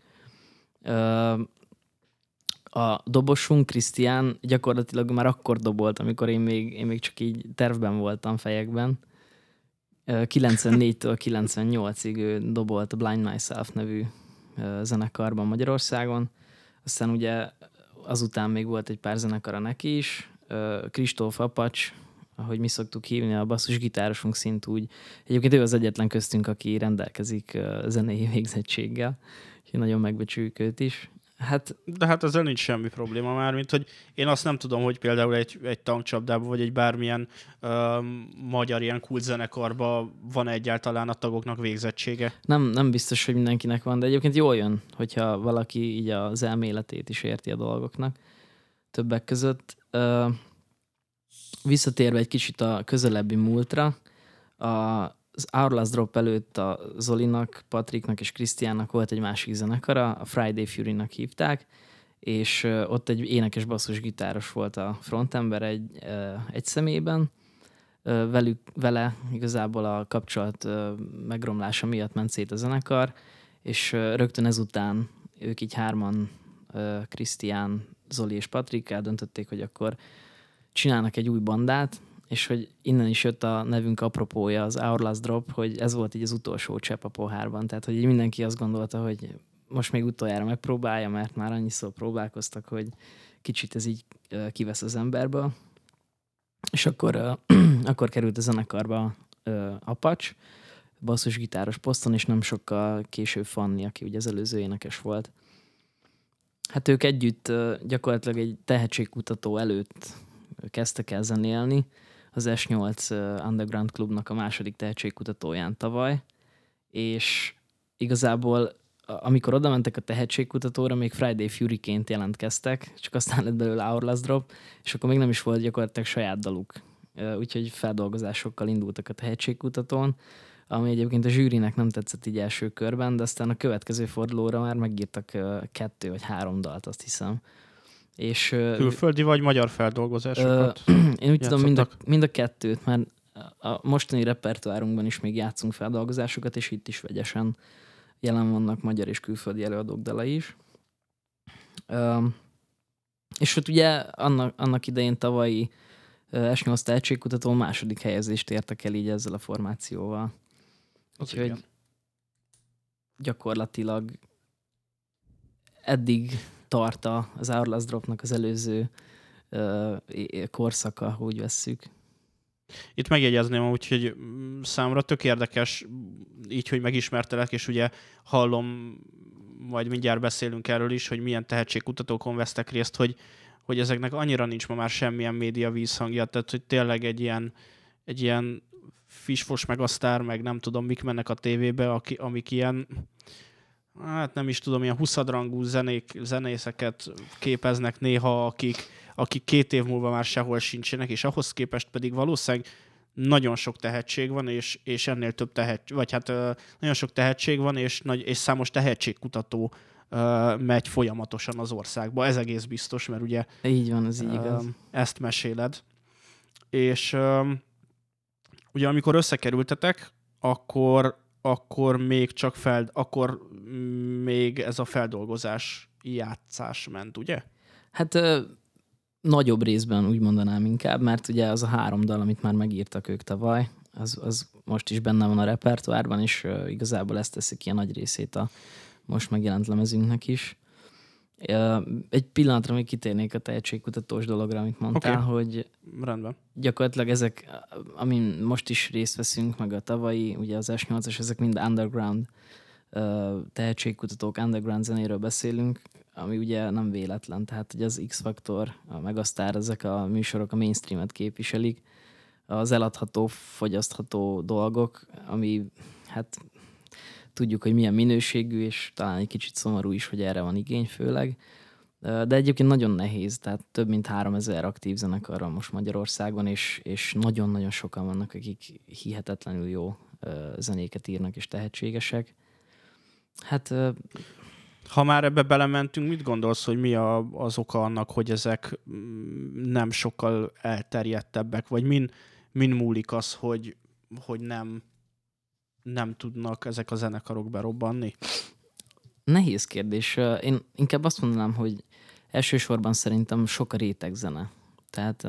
A dobosunk, Krisztián, gyakorlatilag már akkor dobolt, amikor én még csak így tervben voltam fejekben. 94-től 98-ig ő dobolt a Blind Myself nevű zenekarban Magyarországon. Aztán ugye azután még volt egy pár zenekara neki is. Kristóf Apacs, ahogy mi szoktuk hívni, a basszusgitárosunk szintúgy. Egyébként ő az egyetlen köztünk, aki rendelkezik zenei végzettséggel. Úgyhogy nagyon megbecsüljük őt is.
De hát ezzel nincs semmi probléma már, mint hogy én azt nem tudom, hogy például egy tankcsapdában, vagy egy bármilyen magyar ilyen kult zenekarban van egyáltalán a tagoknak végzettsége.
Nem biztos, hogy mindenkinek van, de egyébként jól jön, hogyha valaki így az elméletét is érti a dolgoknak többek között. Visszatérve egy kicsit a közelebbi múltra, az Our Last Drop előtt a Zolinak, Patriknak és Krisztiánnak volt egy másik zenekara, a Friday Fury-nak hívták, és ott egy énekes basszusgitáros volt a frontember egy személyben. Vele igazából a kapcsolat megromlása miatt ment szét a zenekar, és rögtön ezután ők így 3-an, Krisztián, Zoli és Patrik eldöntötték, hogy akkor csinálnak egy új bandát, és hogy innen is jött a nevünk apropója, az Our Last Drop, hogy ez volt így az utolsó csepp a pohárban. Tehát, hogy így mindenki azt gondolta, hogy most még utoljára megpróbálja, mert már annyiszor próbálkoztak, hogy kicsit ez így kivesz az emberből. És akkor került a zenekarba Apacs, basszusgitáros poszton, és nem sokkal később Fanni, aki ugye az előző énekes volt. Hát ők együtt gyakorlatilag egy tehetségkutató előtt kezdtek el zenélni, az S8 Underground Klubnak a második tehetségkutatóján tavaly, és igazából amikor oda mentek a tehetségkutatóra, még Friday Fury-ként jelentkeztek, csak aztán lett belőle Our Last Drop, és akkor még nem is volt gyakorlatilag saját daluk. Úgyhogy feldolgozásokkal indultak a tehetségkutatón, ami egyébként a zsűrinek nem tetszett így első körben, de aztán a következő fordulóra már megírtak 2 vagy 3 dalt, azt hiszem. És,
külföldi vagy magyar feldolgozásokat?
Én úgy tudom, mind a 2, mert a mostani repertoárunkban is még játszunk feldolgozásokat, és itt is vegyesen jelen vannak magyar és külföldi előadók dalai is. És ott ugye annak idején tavalyi S8 tehetségkutató második helyezést értek el így ezzel a formációval. Úgyhogy gyakorlatilag eddig tart az Our Last Dropnak az előző korszaka, úgy vesszük.
Itt megjegyezném amúgy, hogy számomra tök érdekes, így, hogy megismertelek, és ugye hallom, majd mindjárt beszélünk erről is, hogy milyen tehetségkutatókon vesztek részt, hogy ezeknek annyira nincs ma már semmilyen média vízhangja, tehát hogy tényleg egy ilyen Fisfos meg a Sztár, meg nem tudom, mik mennek a tévébe, amik ilyen, hát nem is tudom, ilyen 20-rangú zenészeket képeznek néha, akik 2 év múlva már sehol sincsenek, és ahhoz képest pedig valószínűleg nagyon sok tehetség van, és ennél több vagy hát nagyon sok tehetség van, és számos tehetségkutató megy folyamatosan az országba. Ez egész biztos, mert ugye
így van, ez így igaz.
Ezt meséled. És ugye amikor összekerültetek, akkor még csak akkor még ez a feldolgozás játszás ment, ugye?
Hát Nagyobb részben úgy mondanám inkább, mert ugye az a 3 dal, amit már megírtak ők tavaly, az most is benne van a repertoárban, és igazából ezt teszi ki a nagy részét a most megjelent lemezünknek is. Egy pillanatra még kitérnék a tehetségkutatós dologra, amit mondtál, hogy
rendben.
Gyakorlatilag ezek, amin most is részt veszünk, meg a tavalyi, ugye az S8-as, ezek mind underground tehetségkutatók, underground zenéről beszélünk, ami ugye nem véletlen, tehát ugye az X-Factor, a Megasztár, ezek a műsorok a mainstreamet képviselik, az eladható, fogyasztható dolgok, ami hát tudjuk, hogy milyen minőségű, és talán egy kicsit szomorú is, hogy erre van igény főleg. De egyébként nagyon nehéz, tehát több mint 3000 aktív zenekar van most Magyarországon, és nagyon-nagyon sokan vannak, akik hihetetlenül jó zenéket írnak, és tehetségesek. Hát...
Ha már ebbe belementünk, mit gondolsz, hogy mi az oka annak, hogy ezek nem sokkal elterjedtebbek, vagy min múlik az, hogy nem tudnak ezek a zenekarok berobbanni?
Nehéz kérdés. Én inkább azt mondanám, hogy elsősorban szerintem sok a rétegzene. Tehát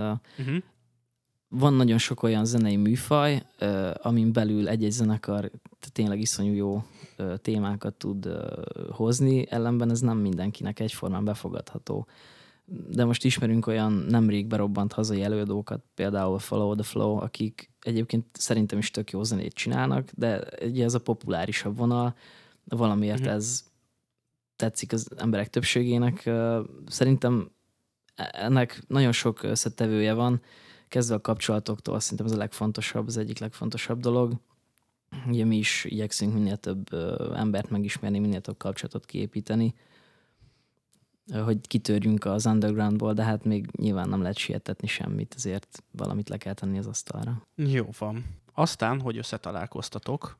van nagyon sok olyan zenei műfaj, amin belül egy-egy zenekar tényleg iszonyú jó témákat tud hozni, ellenben ez nem mindenkinek egyformán befogadható. De most ismerünk olyan nemrég berobbant hazai előadókat, például Follow the Flow, akik egyébként szerintem is tök jó zenét csinálnak, de ugye ez a populárisabb vonal, valamiért ez tetszik az emberek többségének. Szerintem ennek nagyon sok összetevője van, kezdve a kapcsolatoktól, szerintem ez a legfontosabb, az egyik legfontosabb dolog. Ugye mi is igyekszünk minél több embert megismerni, minél több kapcsolatot kiépíteni, hogy kitörjünk az undergroundból, de hát még nyilván nem lehet sietetni semmit, ezért valamit le kell tenni az asztalra.
Jó van. Aztán, hogy összetalálkoztatok,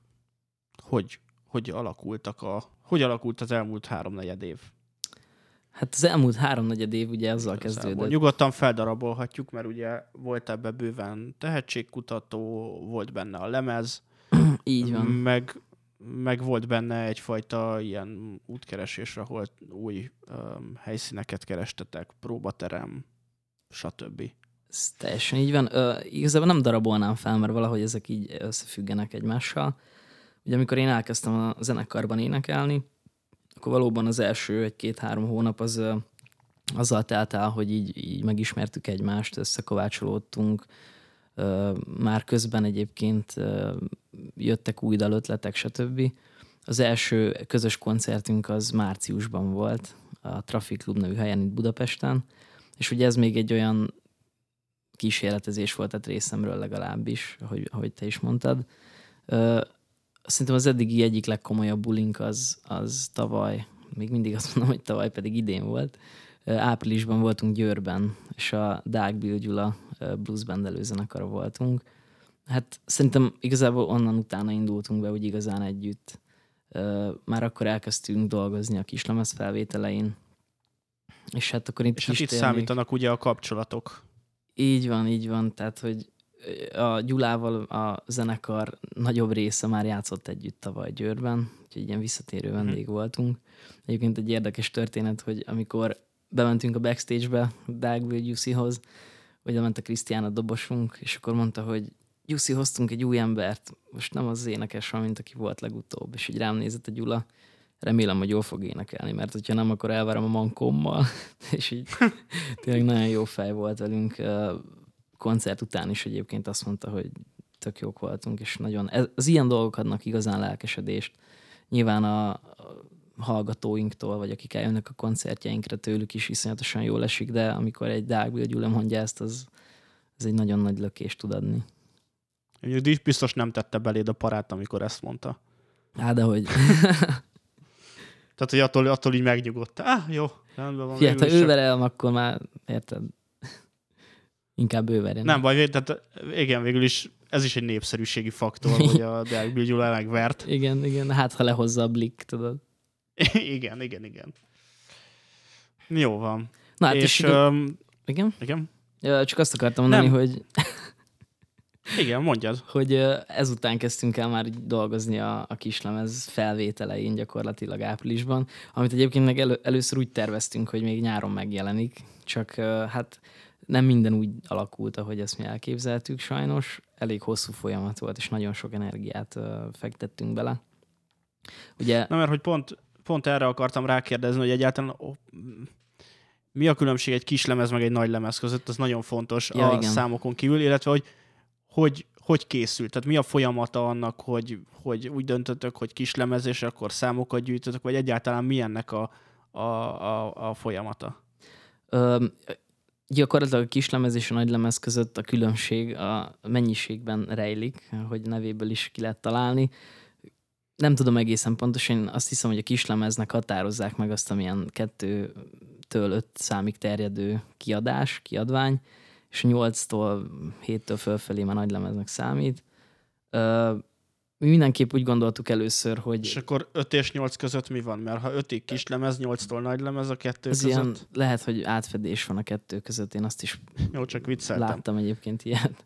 hogy alakult az elmúlt 3-4 év?
Hát az elmúlt 3-4 év ugye azzal kezdődött.
Nyugodtan feldarabolhatjuk, mert ugye volt ebbe bőven tehetségkutató, volt benne a lemez,
így van.
Meg volt benne egyfajta ilyen útkeresés, ahol új helyszíneket kerestetek, próbaterem, stb.
Ez teljesen így van. Igazából nem darabolnám fel, mert valahogy ezek így összefüggenek egymással. Ugye amikor én elkezdtem a zenekarban énekelni, akkor valóban az első 1-2-3 hónap az azzal telt el, hogy így megismertük egymást, összekovácsolódtunk. Már közben egyébként jöttek új dalötletek, stb. Az első közös koncertünk az márciusban volt, a Traffic Club nevű helyen itt Budapesten, és ugye ez még egy olyan kísérletezés volt, tehát részemről legalábbis, ahogy te is mondtad. Szerintem az eddigi egyik legkomolyabb bulink az tavaly, még mindig azt mondom, hogy tavaly, pedig idén volt. Áprilisban voltunk Győrben, és a Deák Bill Gyula blues band előzenekara voltunk. Hát szerintem igazából onnan utána indultunk be úgy igazán együtt. Már akkor elkezdtünk dolgozni a kislemez felvételein. És hát akkor
itt számítanak ugye a kapcsolatok.
Így van. Tehát, hogy a Gyulával a zenekar nagyobb része már játszott együtt tavaly Győrben, úgyhogy ilyen visszatérő vendég voltunk. Egyébként egy érdekes történet, hogy amikor bementünk a backstage-be Deák Bill Gyuszihoz, oda ment a Krisztián, a dobosunk, és akkor mondta, hogy Gyuszi, hoztunk egy új embert, most nem az énekes van, mint aki volt legutóbb, és így rám nézett a Gyula, remélem, hogy jól fog énekelni, mert hogyha nem, akkor elvárom a mankómmal, és így tényleg nagyon jó fej volt velünk. Koncert után is egyébként azt mondta, hogy tök jók voltunk, és nagyon, az ilyen dolgok adnak igazán lelkesedést. Nyilván a hallgatóinktól, vagy akik eljönnek a koncertjeinkre, tőlük is iszonyatosan jól esik, de amikor egy Deák Bill Gyula mondja ezt, az egy nagyon nagy lökést tud adni.
Biztos nem tette beléd a parát, amikor ezt mondta.
Hát, dehogy.
Tehát, hogy attól így megnyugodt. Jó, rendben van.
Fiat, ha ő verel, akkor már érted. Inkább ő verjen.
Nem baj, tehát igen, végül is ez is egy népszerűségi faktor, hogy a Deák Bill Gyula megvert.
Igen, hát ha lehozza a Blick, tudod.
Igen. Jó van.
Na hát és igen?
Igen?
Ja, csak azt akartam mondani, hogy
Igen, mondjad.
hogy ezután kezdtünk el már dolgozni a kislemez felvételein gyakorlatilag áprilisban, amit egyébként meg először úgy terveztünk, hogy még nyáron megjelenik, csak hát nem minden úgy alakult, ahogy ezt mi elképzeltük sajnos. Elég hosszú folyamat volt, és nagyon sok energiát fektettünk bele. Ugye...
Na, mert hogy pont erre akartam rákérdezni, hogy egyáltalán mi a különbség egy kislemez meg egy nagy lemez között, az nagyon fontos
igen.
számokon kívül, illetve hogy készült. Tehát mi a folyamata annak, hogy úgy döntöttök, hogy kislemez, és akkor számokat gyűjtötök, vagy egyáltalán mi ennek a folyamata?
Gyakorlatilag a kislemez és a nagylemez között a különbség a mennyiségben rejlik, hogy nevéből is ki lehet találni. Nem tudom egészen pontosan, én azt hiszem, hogy a kislemeznek határozzák meg azt, amilyen 2-től 5 számig terjedő kiadvány, és 8-tól 7-től fölfelé már nagylemeznek számít. Mi mindenképp úgy gondoltuk először, hogy...
És akkor 5 és 8 között mi van? Mert ha 5-ig kislemez, 8-tól nagylemez a 2 között...
Ilyen, lehet, hogy átfedés van a 2 között, én azt is
Jó, csak vicceltem.
láttam egyébként ilyet.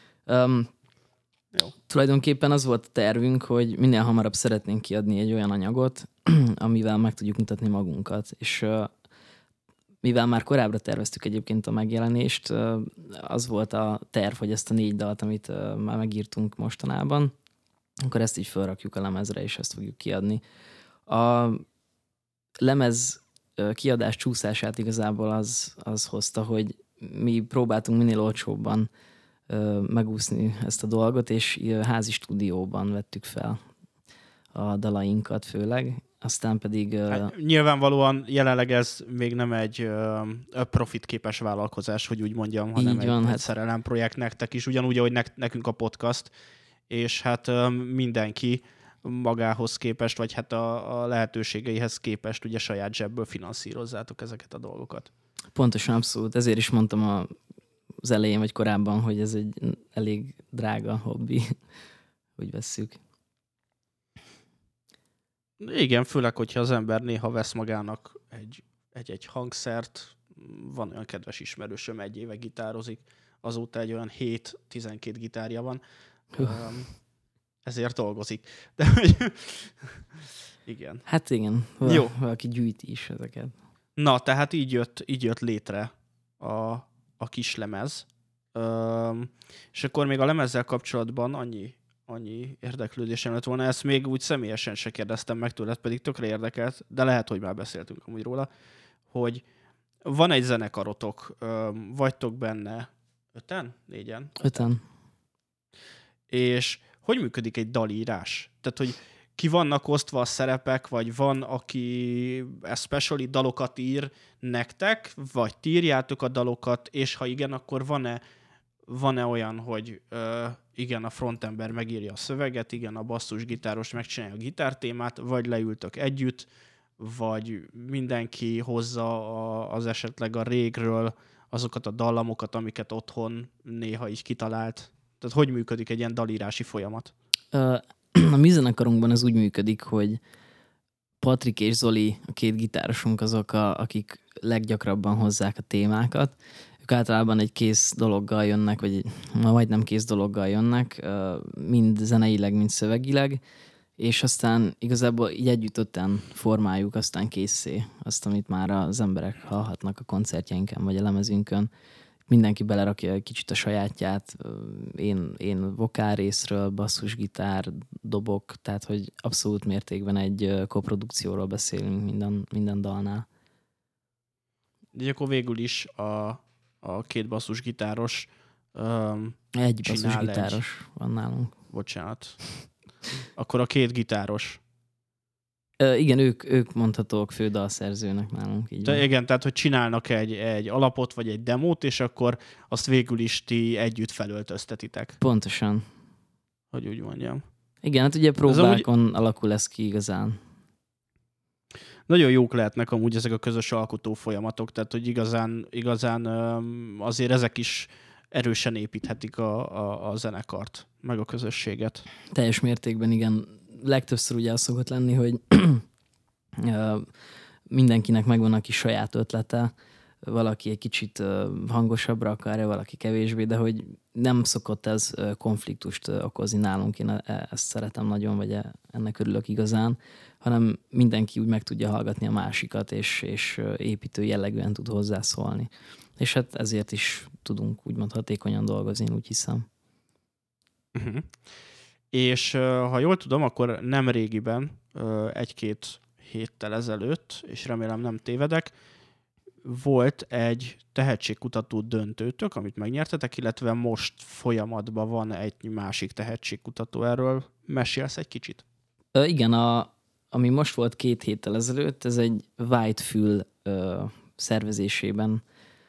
Jó.
Tulajdonképpen az volt a tervünk, hogy minél hamarabb szeretnénk kiadni egy olyan anyagot, amivel meg tudjuk mutatni magunkat. És mivel már korábbra terveztük egyébként a megjelenést, az volt a terv, hogy ezt a 4 dalt, amit már megírtunk mostanában, akkor ezt így felrakjuk a lemezre, és ezt fogjuk kiadni. A lemez kiadás csúszását igazából az hozta, hogy mi próbáltunk minél olcsóbban megúszni ezt a dolgot, és házi stúdióban vettük fel a dalainkat főleg, aztán pedig...
Hát, nyilvánvalóan jelenleg ez még nem egy profitképes vállalkozás, hogy úgy mondjam, hanem egy szerelem projekt nektek is, ugyanúgy, ahogy nekünk a podcast, és hát mindenki magához képest, vagy hát a lehetőségeihez képest ugye saját zsebből finanszírozzátok ezeket a dolgokat.
Pontosan, abszolút. Ezért is mondtam az elején, vagy korábban, hogy ez egy elég drága hobbi, úgy vesszük.
Igen, főleg, hogyha az ember néha vesz magának egy hangszert, van olyan kedves ismerősöm, 1 éve gitározik, azóta egy olyan 7-12 gitárja van, ezért dolgozik. De igen.
Hát igen,
jó.
Valaki gyűjti is ezeket.
Na, tehát így jött létre a kislemez. És akkor még a lemezzel kapcsolatban annyi érdeklődésem lett volna, ezt még úgy személyesen se kérdeztem meg tőled, pedig tökre érdekelt, de lehet, hogy már beszéltünk amúgy róla, hogy van egy zenekarotok, vagytok benne 5-en? 4-en?
5-en.
És hogy működik egy dalírás? Tehát, hogy ki vannak osztva a szerepek, vagy van, aki especially dalokat ír nektek, vagy ti írjátok a dalokat, és ha igen, akkor van-e olyan, hogy igen, a frontember megírja a szöveget, igen, a basszusgitáros megcsinálja a gitártémát, vagy leültök együtt, vagy mindenki hozza az esetleg a régről azokat a dallamokat, amiket otthon néha így kitalált. Tehát hogy működik egy ilyen dalírási folyamat?
A mi zenekarunkban ez úgy működik, hogy Patrik és Zoli, a 2 gitárosunk azok, akik leggyakrabban hozzák a témákat. Ők általában egy kész dologgal jönnek, vagy majdnem kész dologgal jönnek, mind zeneileg, mind szövegileg, és aztán igazából így együttötten formáljuk aztán készé azt, amit már az emberek hallhatnak a koncertjeinken, vagy a lemezünkön. Mindenki belerakja egy kicsit a sajátját, én vokál részről, basszusgitár, dobok, tehát hogy abszolút mértékben egy koprodukcióról beszélünk minden dalnál.
De akkor végül is a 2 basszusgitáros
egy basszusgitáros van nálunk.
Bocsánat. Akkor a 2 gitáros.
Igen, ők mondhatók fődalszerzőnek nálunk. Így
igen, tehát hogy csinálnak egy alapot, vagy egy demót, és akkor azt végül is ti együtt felöltöztetitek.
Pontosan.
Hogy úgy mondjam.
Igen, hát ugye próbákon alakul ez ki igazán.
Nagyon jók lehetnek amúgy ezek a közös alkotó folyamatok, tehát hogy igazán azért ezek is erősen építhetik a zenekart, meg a közösséget.
Teljes mértékben, igen. Legtöbbször ugye az szokott lenni, hogy mindenkinek megvan a kis saját ötlete, valaki egy kicsit hangosabbra akarja, valaki kevésbé, de hogy nem szokott ez konfliktust okozni nálunk, én ezt szeretem nagyon, vagy ennek örülök igazán, hanem mindenki úgy meg tudja hallgatni a másikat, és építő jellegűen tud hozzászólni. És hát ezért is tudunk úgymond hatékonyan dolgozni, én úgy hiszem.
Uh-huh. És ha jól tudom, akkor nem régiben, 1-2 héttel ezelőtt, és remélem nem tévedek, volt egy tehetségkutató döntőtök, amit megnyertetek, illetve most folyamatban van egy másik tehetségkutató. Erről mesélsz egy kicsit?
Igen, ami most volt 2 héttel ezelőtt, ez egy Whitefül szervezésében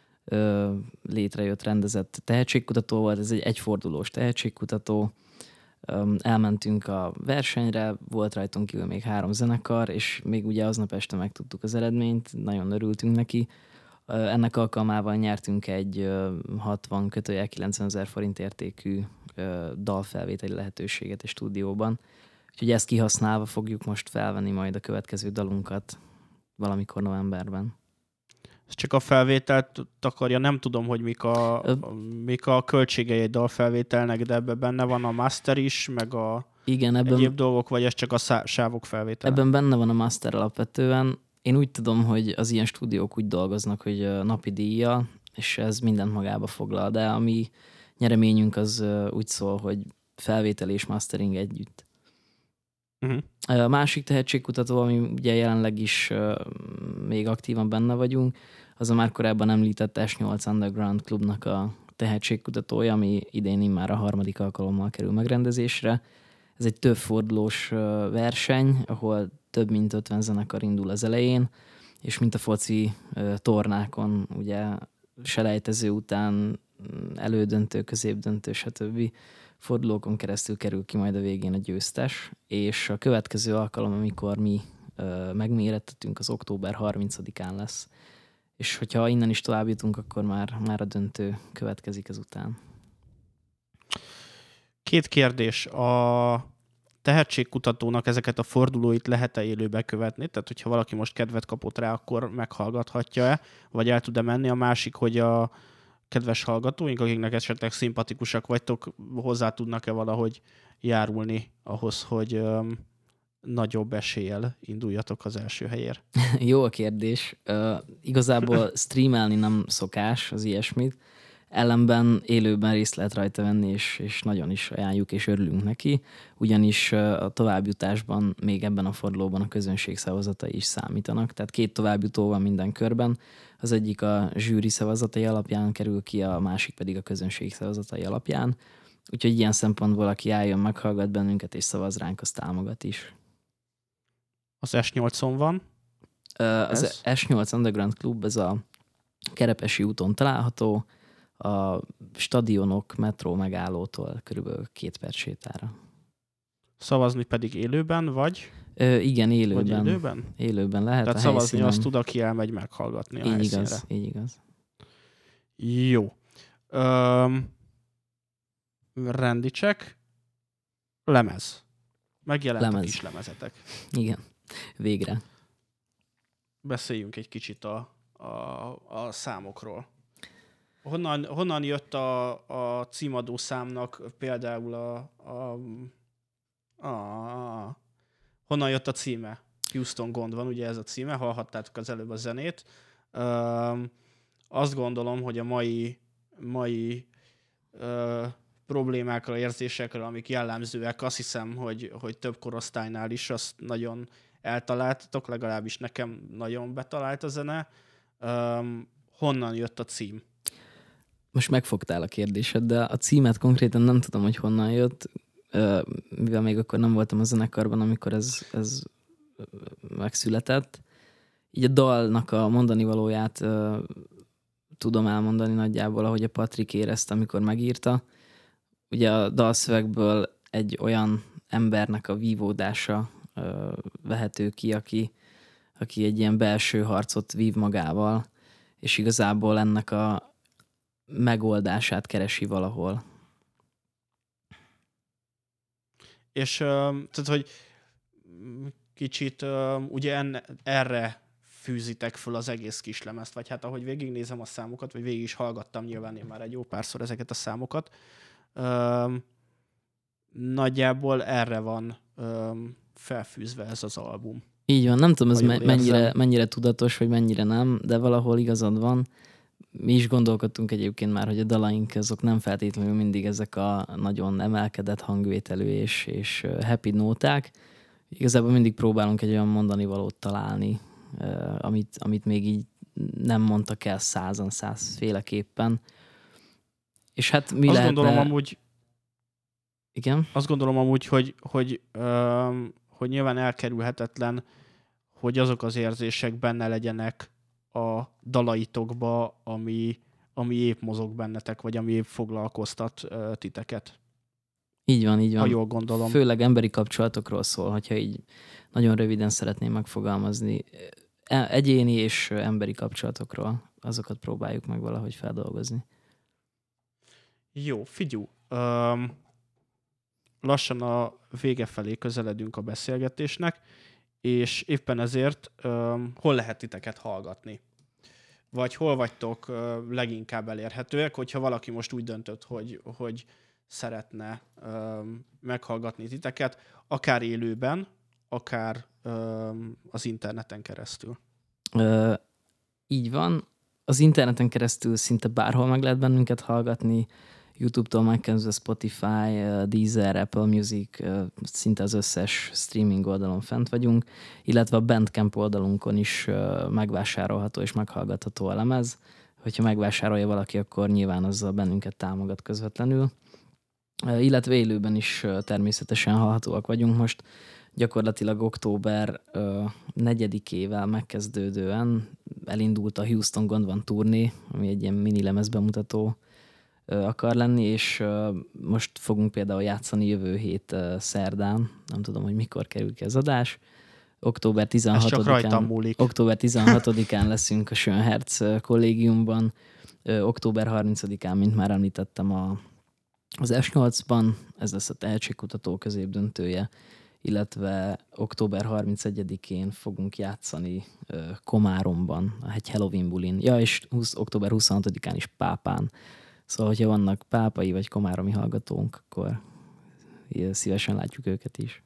létrejött, rendezett tehetségkutató volt. Ez egy egyfordulós tehetségkutató. Elmentünk a versenyre, volt rajtunk kívül még 3 zenekar, és még ugye aznap este megtudtuk az eredményt, nagyon örültünk neki. Ennek alkalmával nyertünk egy 60-90 000 forint értékű dalfelvételi lehetőséget egy stúdióban. Úgyhogy ezt kihasználva fogjuk most felvenni majd a következő dalunkat valamikor novemberben.
Ez csak a felvételt akarja, nem tudom, hogy mik a költségei egy dalfelvételnek, de ebben benne van a master is, meg
igen,
egyéb dolgok, vagy ez csak a sávok felvétele?
Ebben benne van a master alapvetően. Én úgy tudom, hogy az ilyen stúdiók úgy dolgoznak, hogy napi díjjal, és ez mindent magába foglal, de a mi nyereményünk az úgy szól, hogy felvétel és mastering együtt.
Uh-huh.
A másik tehetségkutató, ami ugye jelenleg is még aktívan benne vagyunk, az a már korábban említett S8 Underground Klubnak a tehetségkutatója, ami idén immár a 3. alkalommal kerül megrendezésre. Ez egy többfordulós verseny, ahol több mint 50 zenekar indul az elején, és mint a foci tornákon, ugye selejtező után elődöntő, középdöntő, stb. Fordulókon keresztül kerül ki majd a végén a győztes, és a következő alkalom, amikor mi megmérettetünk, az október 30-án lesz. És hogyha innen is tovább jutunk, akkor már a döntő következik ezután.
2 kérdés. A tehetségkutatónak ezeket a fordulóit lehet-e élőbe követni? Tehát, hogyha valaki most kedvet kapott rá, akkor meghallgathatja-e? Vagy el tud-e menni? A másik, hogy a kedves hallgatóink, akiknek esetleg szimpatikusak vagytok, hozzá tudnak-e valahogy járulni ahhoz, hogy nagyobb eséllyel induljatok az első helyért?
Jó a kérdés. Igazából streamelni nem szokás az ilyesmit. Ellenben élőben részt lehet rajta venni, és nagyon is ajánljuk, és örülünk neki, ugyanis a továbbjutásban még ebben a fordulóban a közönség szavazatai is számítanak. Tehát 2 továbbjutó van minden körben. Az egyik a zsűri szavazatai alapján kerül ki, a másik pedig a közönség szavazatai alapján. Úgyhogy ilyen szempontból, aki eljön, meghallgat bennünket és szavaz ránk, az támogat is.
Az S8-on van?
Az S8 Underground Club, ez a Kerepesi úton található, a stadionok metró megállótól körülbelül 2 perc sétára.
Szavazni pedig élőben, vagy?
Igen, élőben.
Vagy élőben?
Élőben lehet.
Tehát
a
szavazni
helyszínen.
azt tud, aki elmegy meghallgatni a
így
helyszínre.
igaz, így igaz.
Jó. Rendicsek. Lemez. Megjelent a kis lemezetek.
Igen, végre.
Beszéljünk egy kicsit a számokról. Honnan jött a címadó számnak például honnan jött a címe? Houston Gond van, ugye ez a címe, hallhattátok az előbb a zenét. Azt gondolom, hogy a mai problémákra, érzésekre, amik jellemzőek, azt hiszem, hogy több korosztálynál is azt nagyon eltaláltatok, legalábbis nekem nagyon betalált a zene. Honnan jött a cím?
Most megfogtál a kérdésed, de a címet konkrétan nem tudom, hogy honnan jött, mivel még akkor nem voltam a zenekarban, amikor ez megszületett. Így a dalnak a mondani valóját tudom elmondani nagyjából, ahogy a Patrik érezte, amikor megírta. Ugye a dalszövegből egy olyan embernek a vívódása vehető ki, aki egy ilyen belső harcot vív magával, és igazából ennek a megoldását keresi valahol. És
tehát, hogy kicsit ugye erre fűzitek föl az egész kislemezt, vagy hát ahogy végignézem a számokat, vagy végig is hallgattam nyilván én már egy jó párszor ezeket a számokat, nagyjából erre van felfűzve ez az album.
Így van, nem tudom, ez mennyire tudatos, vagy mennyire nem, de valahol igazad van. Mi is gondolkodtunk egyébként már, hogy a dalaink azok nem feltétlenül mindig ezek a nagyon emelkedett hangvételű és happy nóták. Igazából mindig próbálunk egy olyan mondani valót találni, amit még így nem mondtak el 100-féleképpen. És hát mi
azt
lehetne...
gondolom amúgy,
igen?
Azt gondolom amúgy, hogy nyilván elkerülhetetlen, hogy azok az érzések benne legyenek a dalaitokba, ami épp mozog bennetek, vagy ami épp foglalkoztat titeket.
Így van, így van.
Ha jól gondolom.
Főleg emberi kapcsolatokról szól, hogyha így nagyon röviden szeretném megfogalmazni. Egyéni és emberi kapcsolatokról, azokat próbáljuk meg valahogy feldolgozni.
Jó, figyú. Lassan a vége felé közeledünk a beszélgetésnek, és éppen ezért hol lehet titeket hallgatni? Vagy hol vagytok leginkább elérhetőek, hogyha valaki most úgy döntött, hogy szeretne meghallgatni titeket, akár élőben, akár az interneten keresztül?
Így van. Az interneten keresztül szinte bárhol meg lehet bennünket hallgatni, YouTube-tól megkezdve Spotify, Deezer, Apple Music, szinte az összes streaming oldalon fent vagyunk, illetve a Bandcamp oldalunkon is megvásárolható és meghallgatható a lemez. Hogyha megvásárolja valaki, akkor nyilván azzal bennünket támogat közvetlenül. Illetve élőben is természetesen hallhatóak vagyunk most. Gyakorlatilag október 4-ével megkezdődően elindult a Houston Gond van turné, ami egy ilyen mini lemezbemutató akar lenni, és most fogunk például játszani jövő hét szerdán, nem tudom, hogy mikor kerül ki az adás. Október 16-án leszünk a Schönherz kollégiumban, október 30-án, mint már említettem, az S8-ban, ez lesz a tehetségkutató középdöntője, illetve október 31-én fogunk játszani Komáromban, egy Halloween bulin. Ja, és október 26-án is Pápán. Szóval, hogyha vannak pápai vagy komáromi hallgatónk, akkor szívesen látjuk őket is.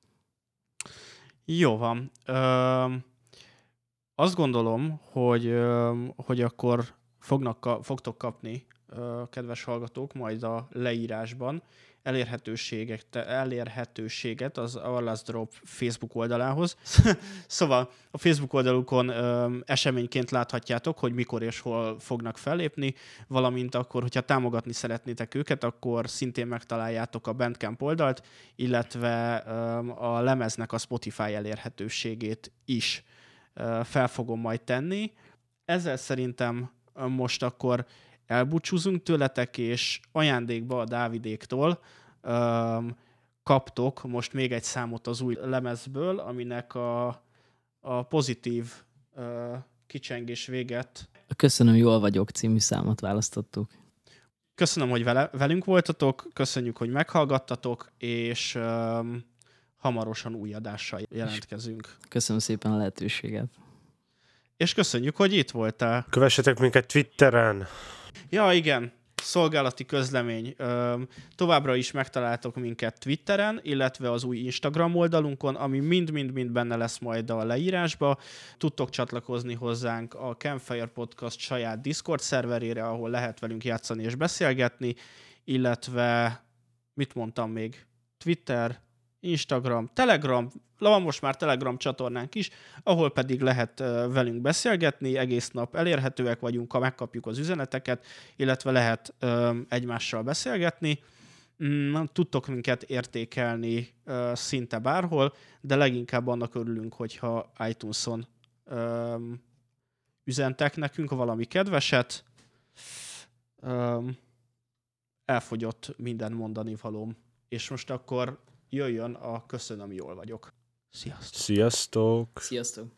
Jó van. Azt gondolom, hogy akkor fogtok kapni, kedves hallgatók, majd a leírásban elérhetőséget az Our Last Drop Facebook oldalához. Szóval a Facebook oldalukon eseményként láthatjátok, hogy mikor és hol fognak fellépni, valamint akkor, hogyha támogatni szeretnétek őket, akkor szintén megtaláljátok a Bandcamp oldalt, illetve a lemeznek a Spotify elérhetőségét is fel fogom majd tenni. Ezzel szerintem most akkor elbúcsúzunk tőletek, és ajándékba a Dávidéktól kaptok most még egy számot az új lemezből, aminek a pozitív kicsengés véget.
A Köszönöm, jól vagyok című számot választottuk.
Köszönöm, hogy velünk voltatok, köszönjük, hogy meghallgattatok, és hamarosan új adással jelentkezünk.
Köszönöm szépen a lehetőséget.
És köszönjük, hogy itt voltál.
Kövessetek minket Twitteren.
Ja, igen, szolgálati közlemény. Továbbra is megtaláltok minket Twitteren, illetve az új Instagram oldalunkon, ami mind-mind benne lesz majd a leírásba. Tudtok csatlakozni hozzánk a Campfire Podcast saját Discord szerverére, ahol lehet velünk játszani és beszélgetni, illetve, mit mondtam még, Twitter, Instagram, Telegram, van most már Telegram csatornánk is, ahol pedig lehet velünk beszélgetni, egész nap elérhetőek vagyunk, ha megkapjuk az üzeneteket, illetve lehet egymással beszélgetni. Tudtok minket értékelni szinte bárhol, de leginkább annak örülünk, hogyha iTunes-on üzentek nekünk valami kedveset. Elfogyott minden mondani valóm. És most akkor jöjjön a Köszönöm, jól vagyok. Sziasztok!
Sziasztok!
Sziasztok!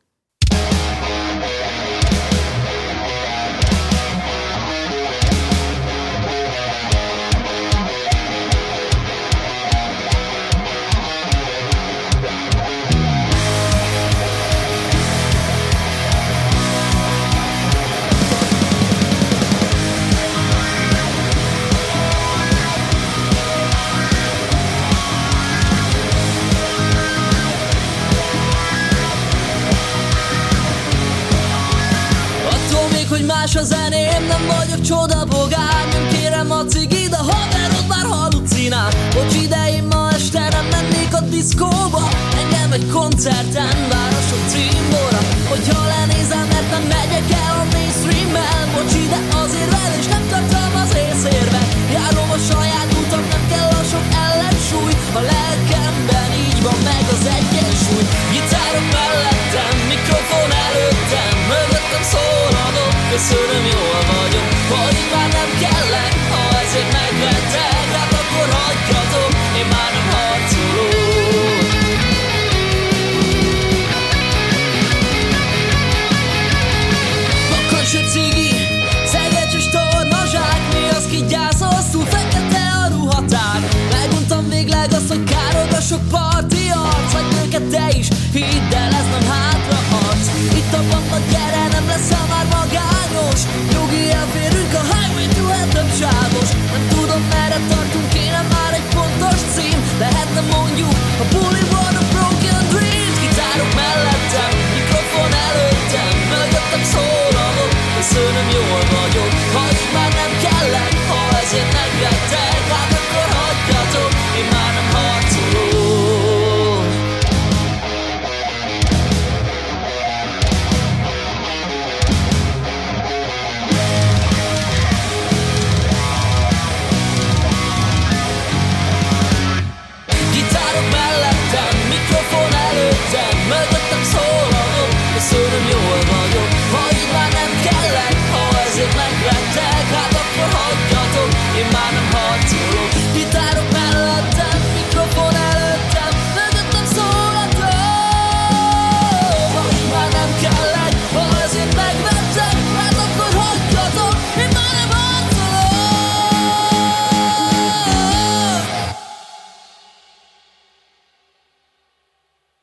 Elég, hogy más a zeném, nem vagyok csodabogár. Nem kérem a cigid, a haverod már halucinál. Bocs, de én ma este nem mennék a diszkóba. Engem egy koncerten vár a sok címbora. Hogyha lenézem, mert nem megyek el a mainstream-mel. Bocs, de azért velés nem tartom az észérvet. Járom a saját utam, nem kell a sok ellensúly. A lelkemben így van meg az egyensúly. Gitárom mellettem, mikrofon előttem, mögöttem szól a dob, köszönöm, jól vagyok. Hogy már nem kellek, ha ezért megvettek, hát akkor hagyjatok, én már nem harcolok. Bakancs a cigi, szegecses tornazsák, mi az ki gyászolsz, túl fekete a ruhatár. Meguntam végleg azt, hogy károg a sok parti arc. Vagy őket te is, hidd el, ez nem hátraharc. Itt a banda, gyere, nem leszel már magányos. Nyugi, elférünk a highway to hell, nem sávos. Nem tudom, merre tartunk, kéne már egy pontos cím. Lehetne mondjuk a buli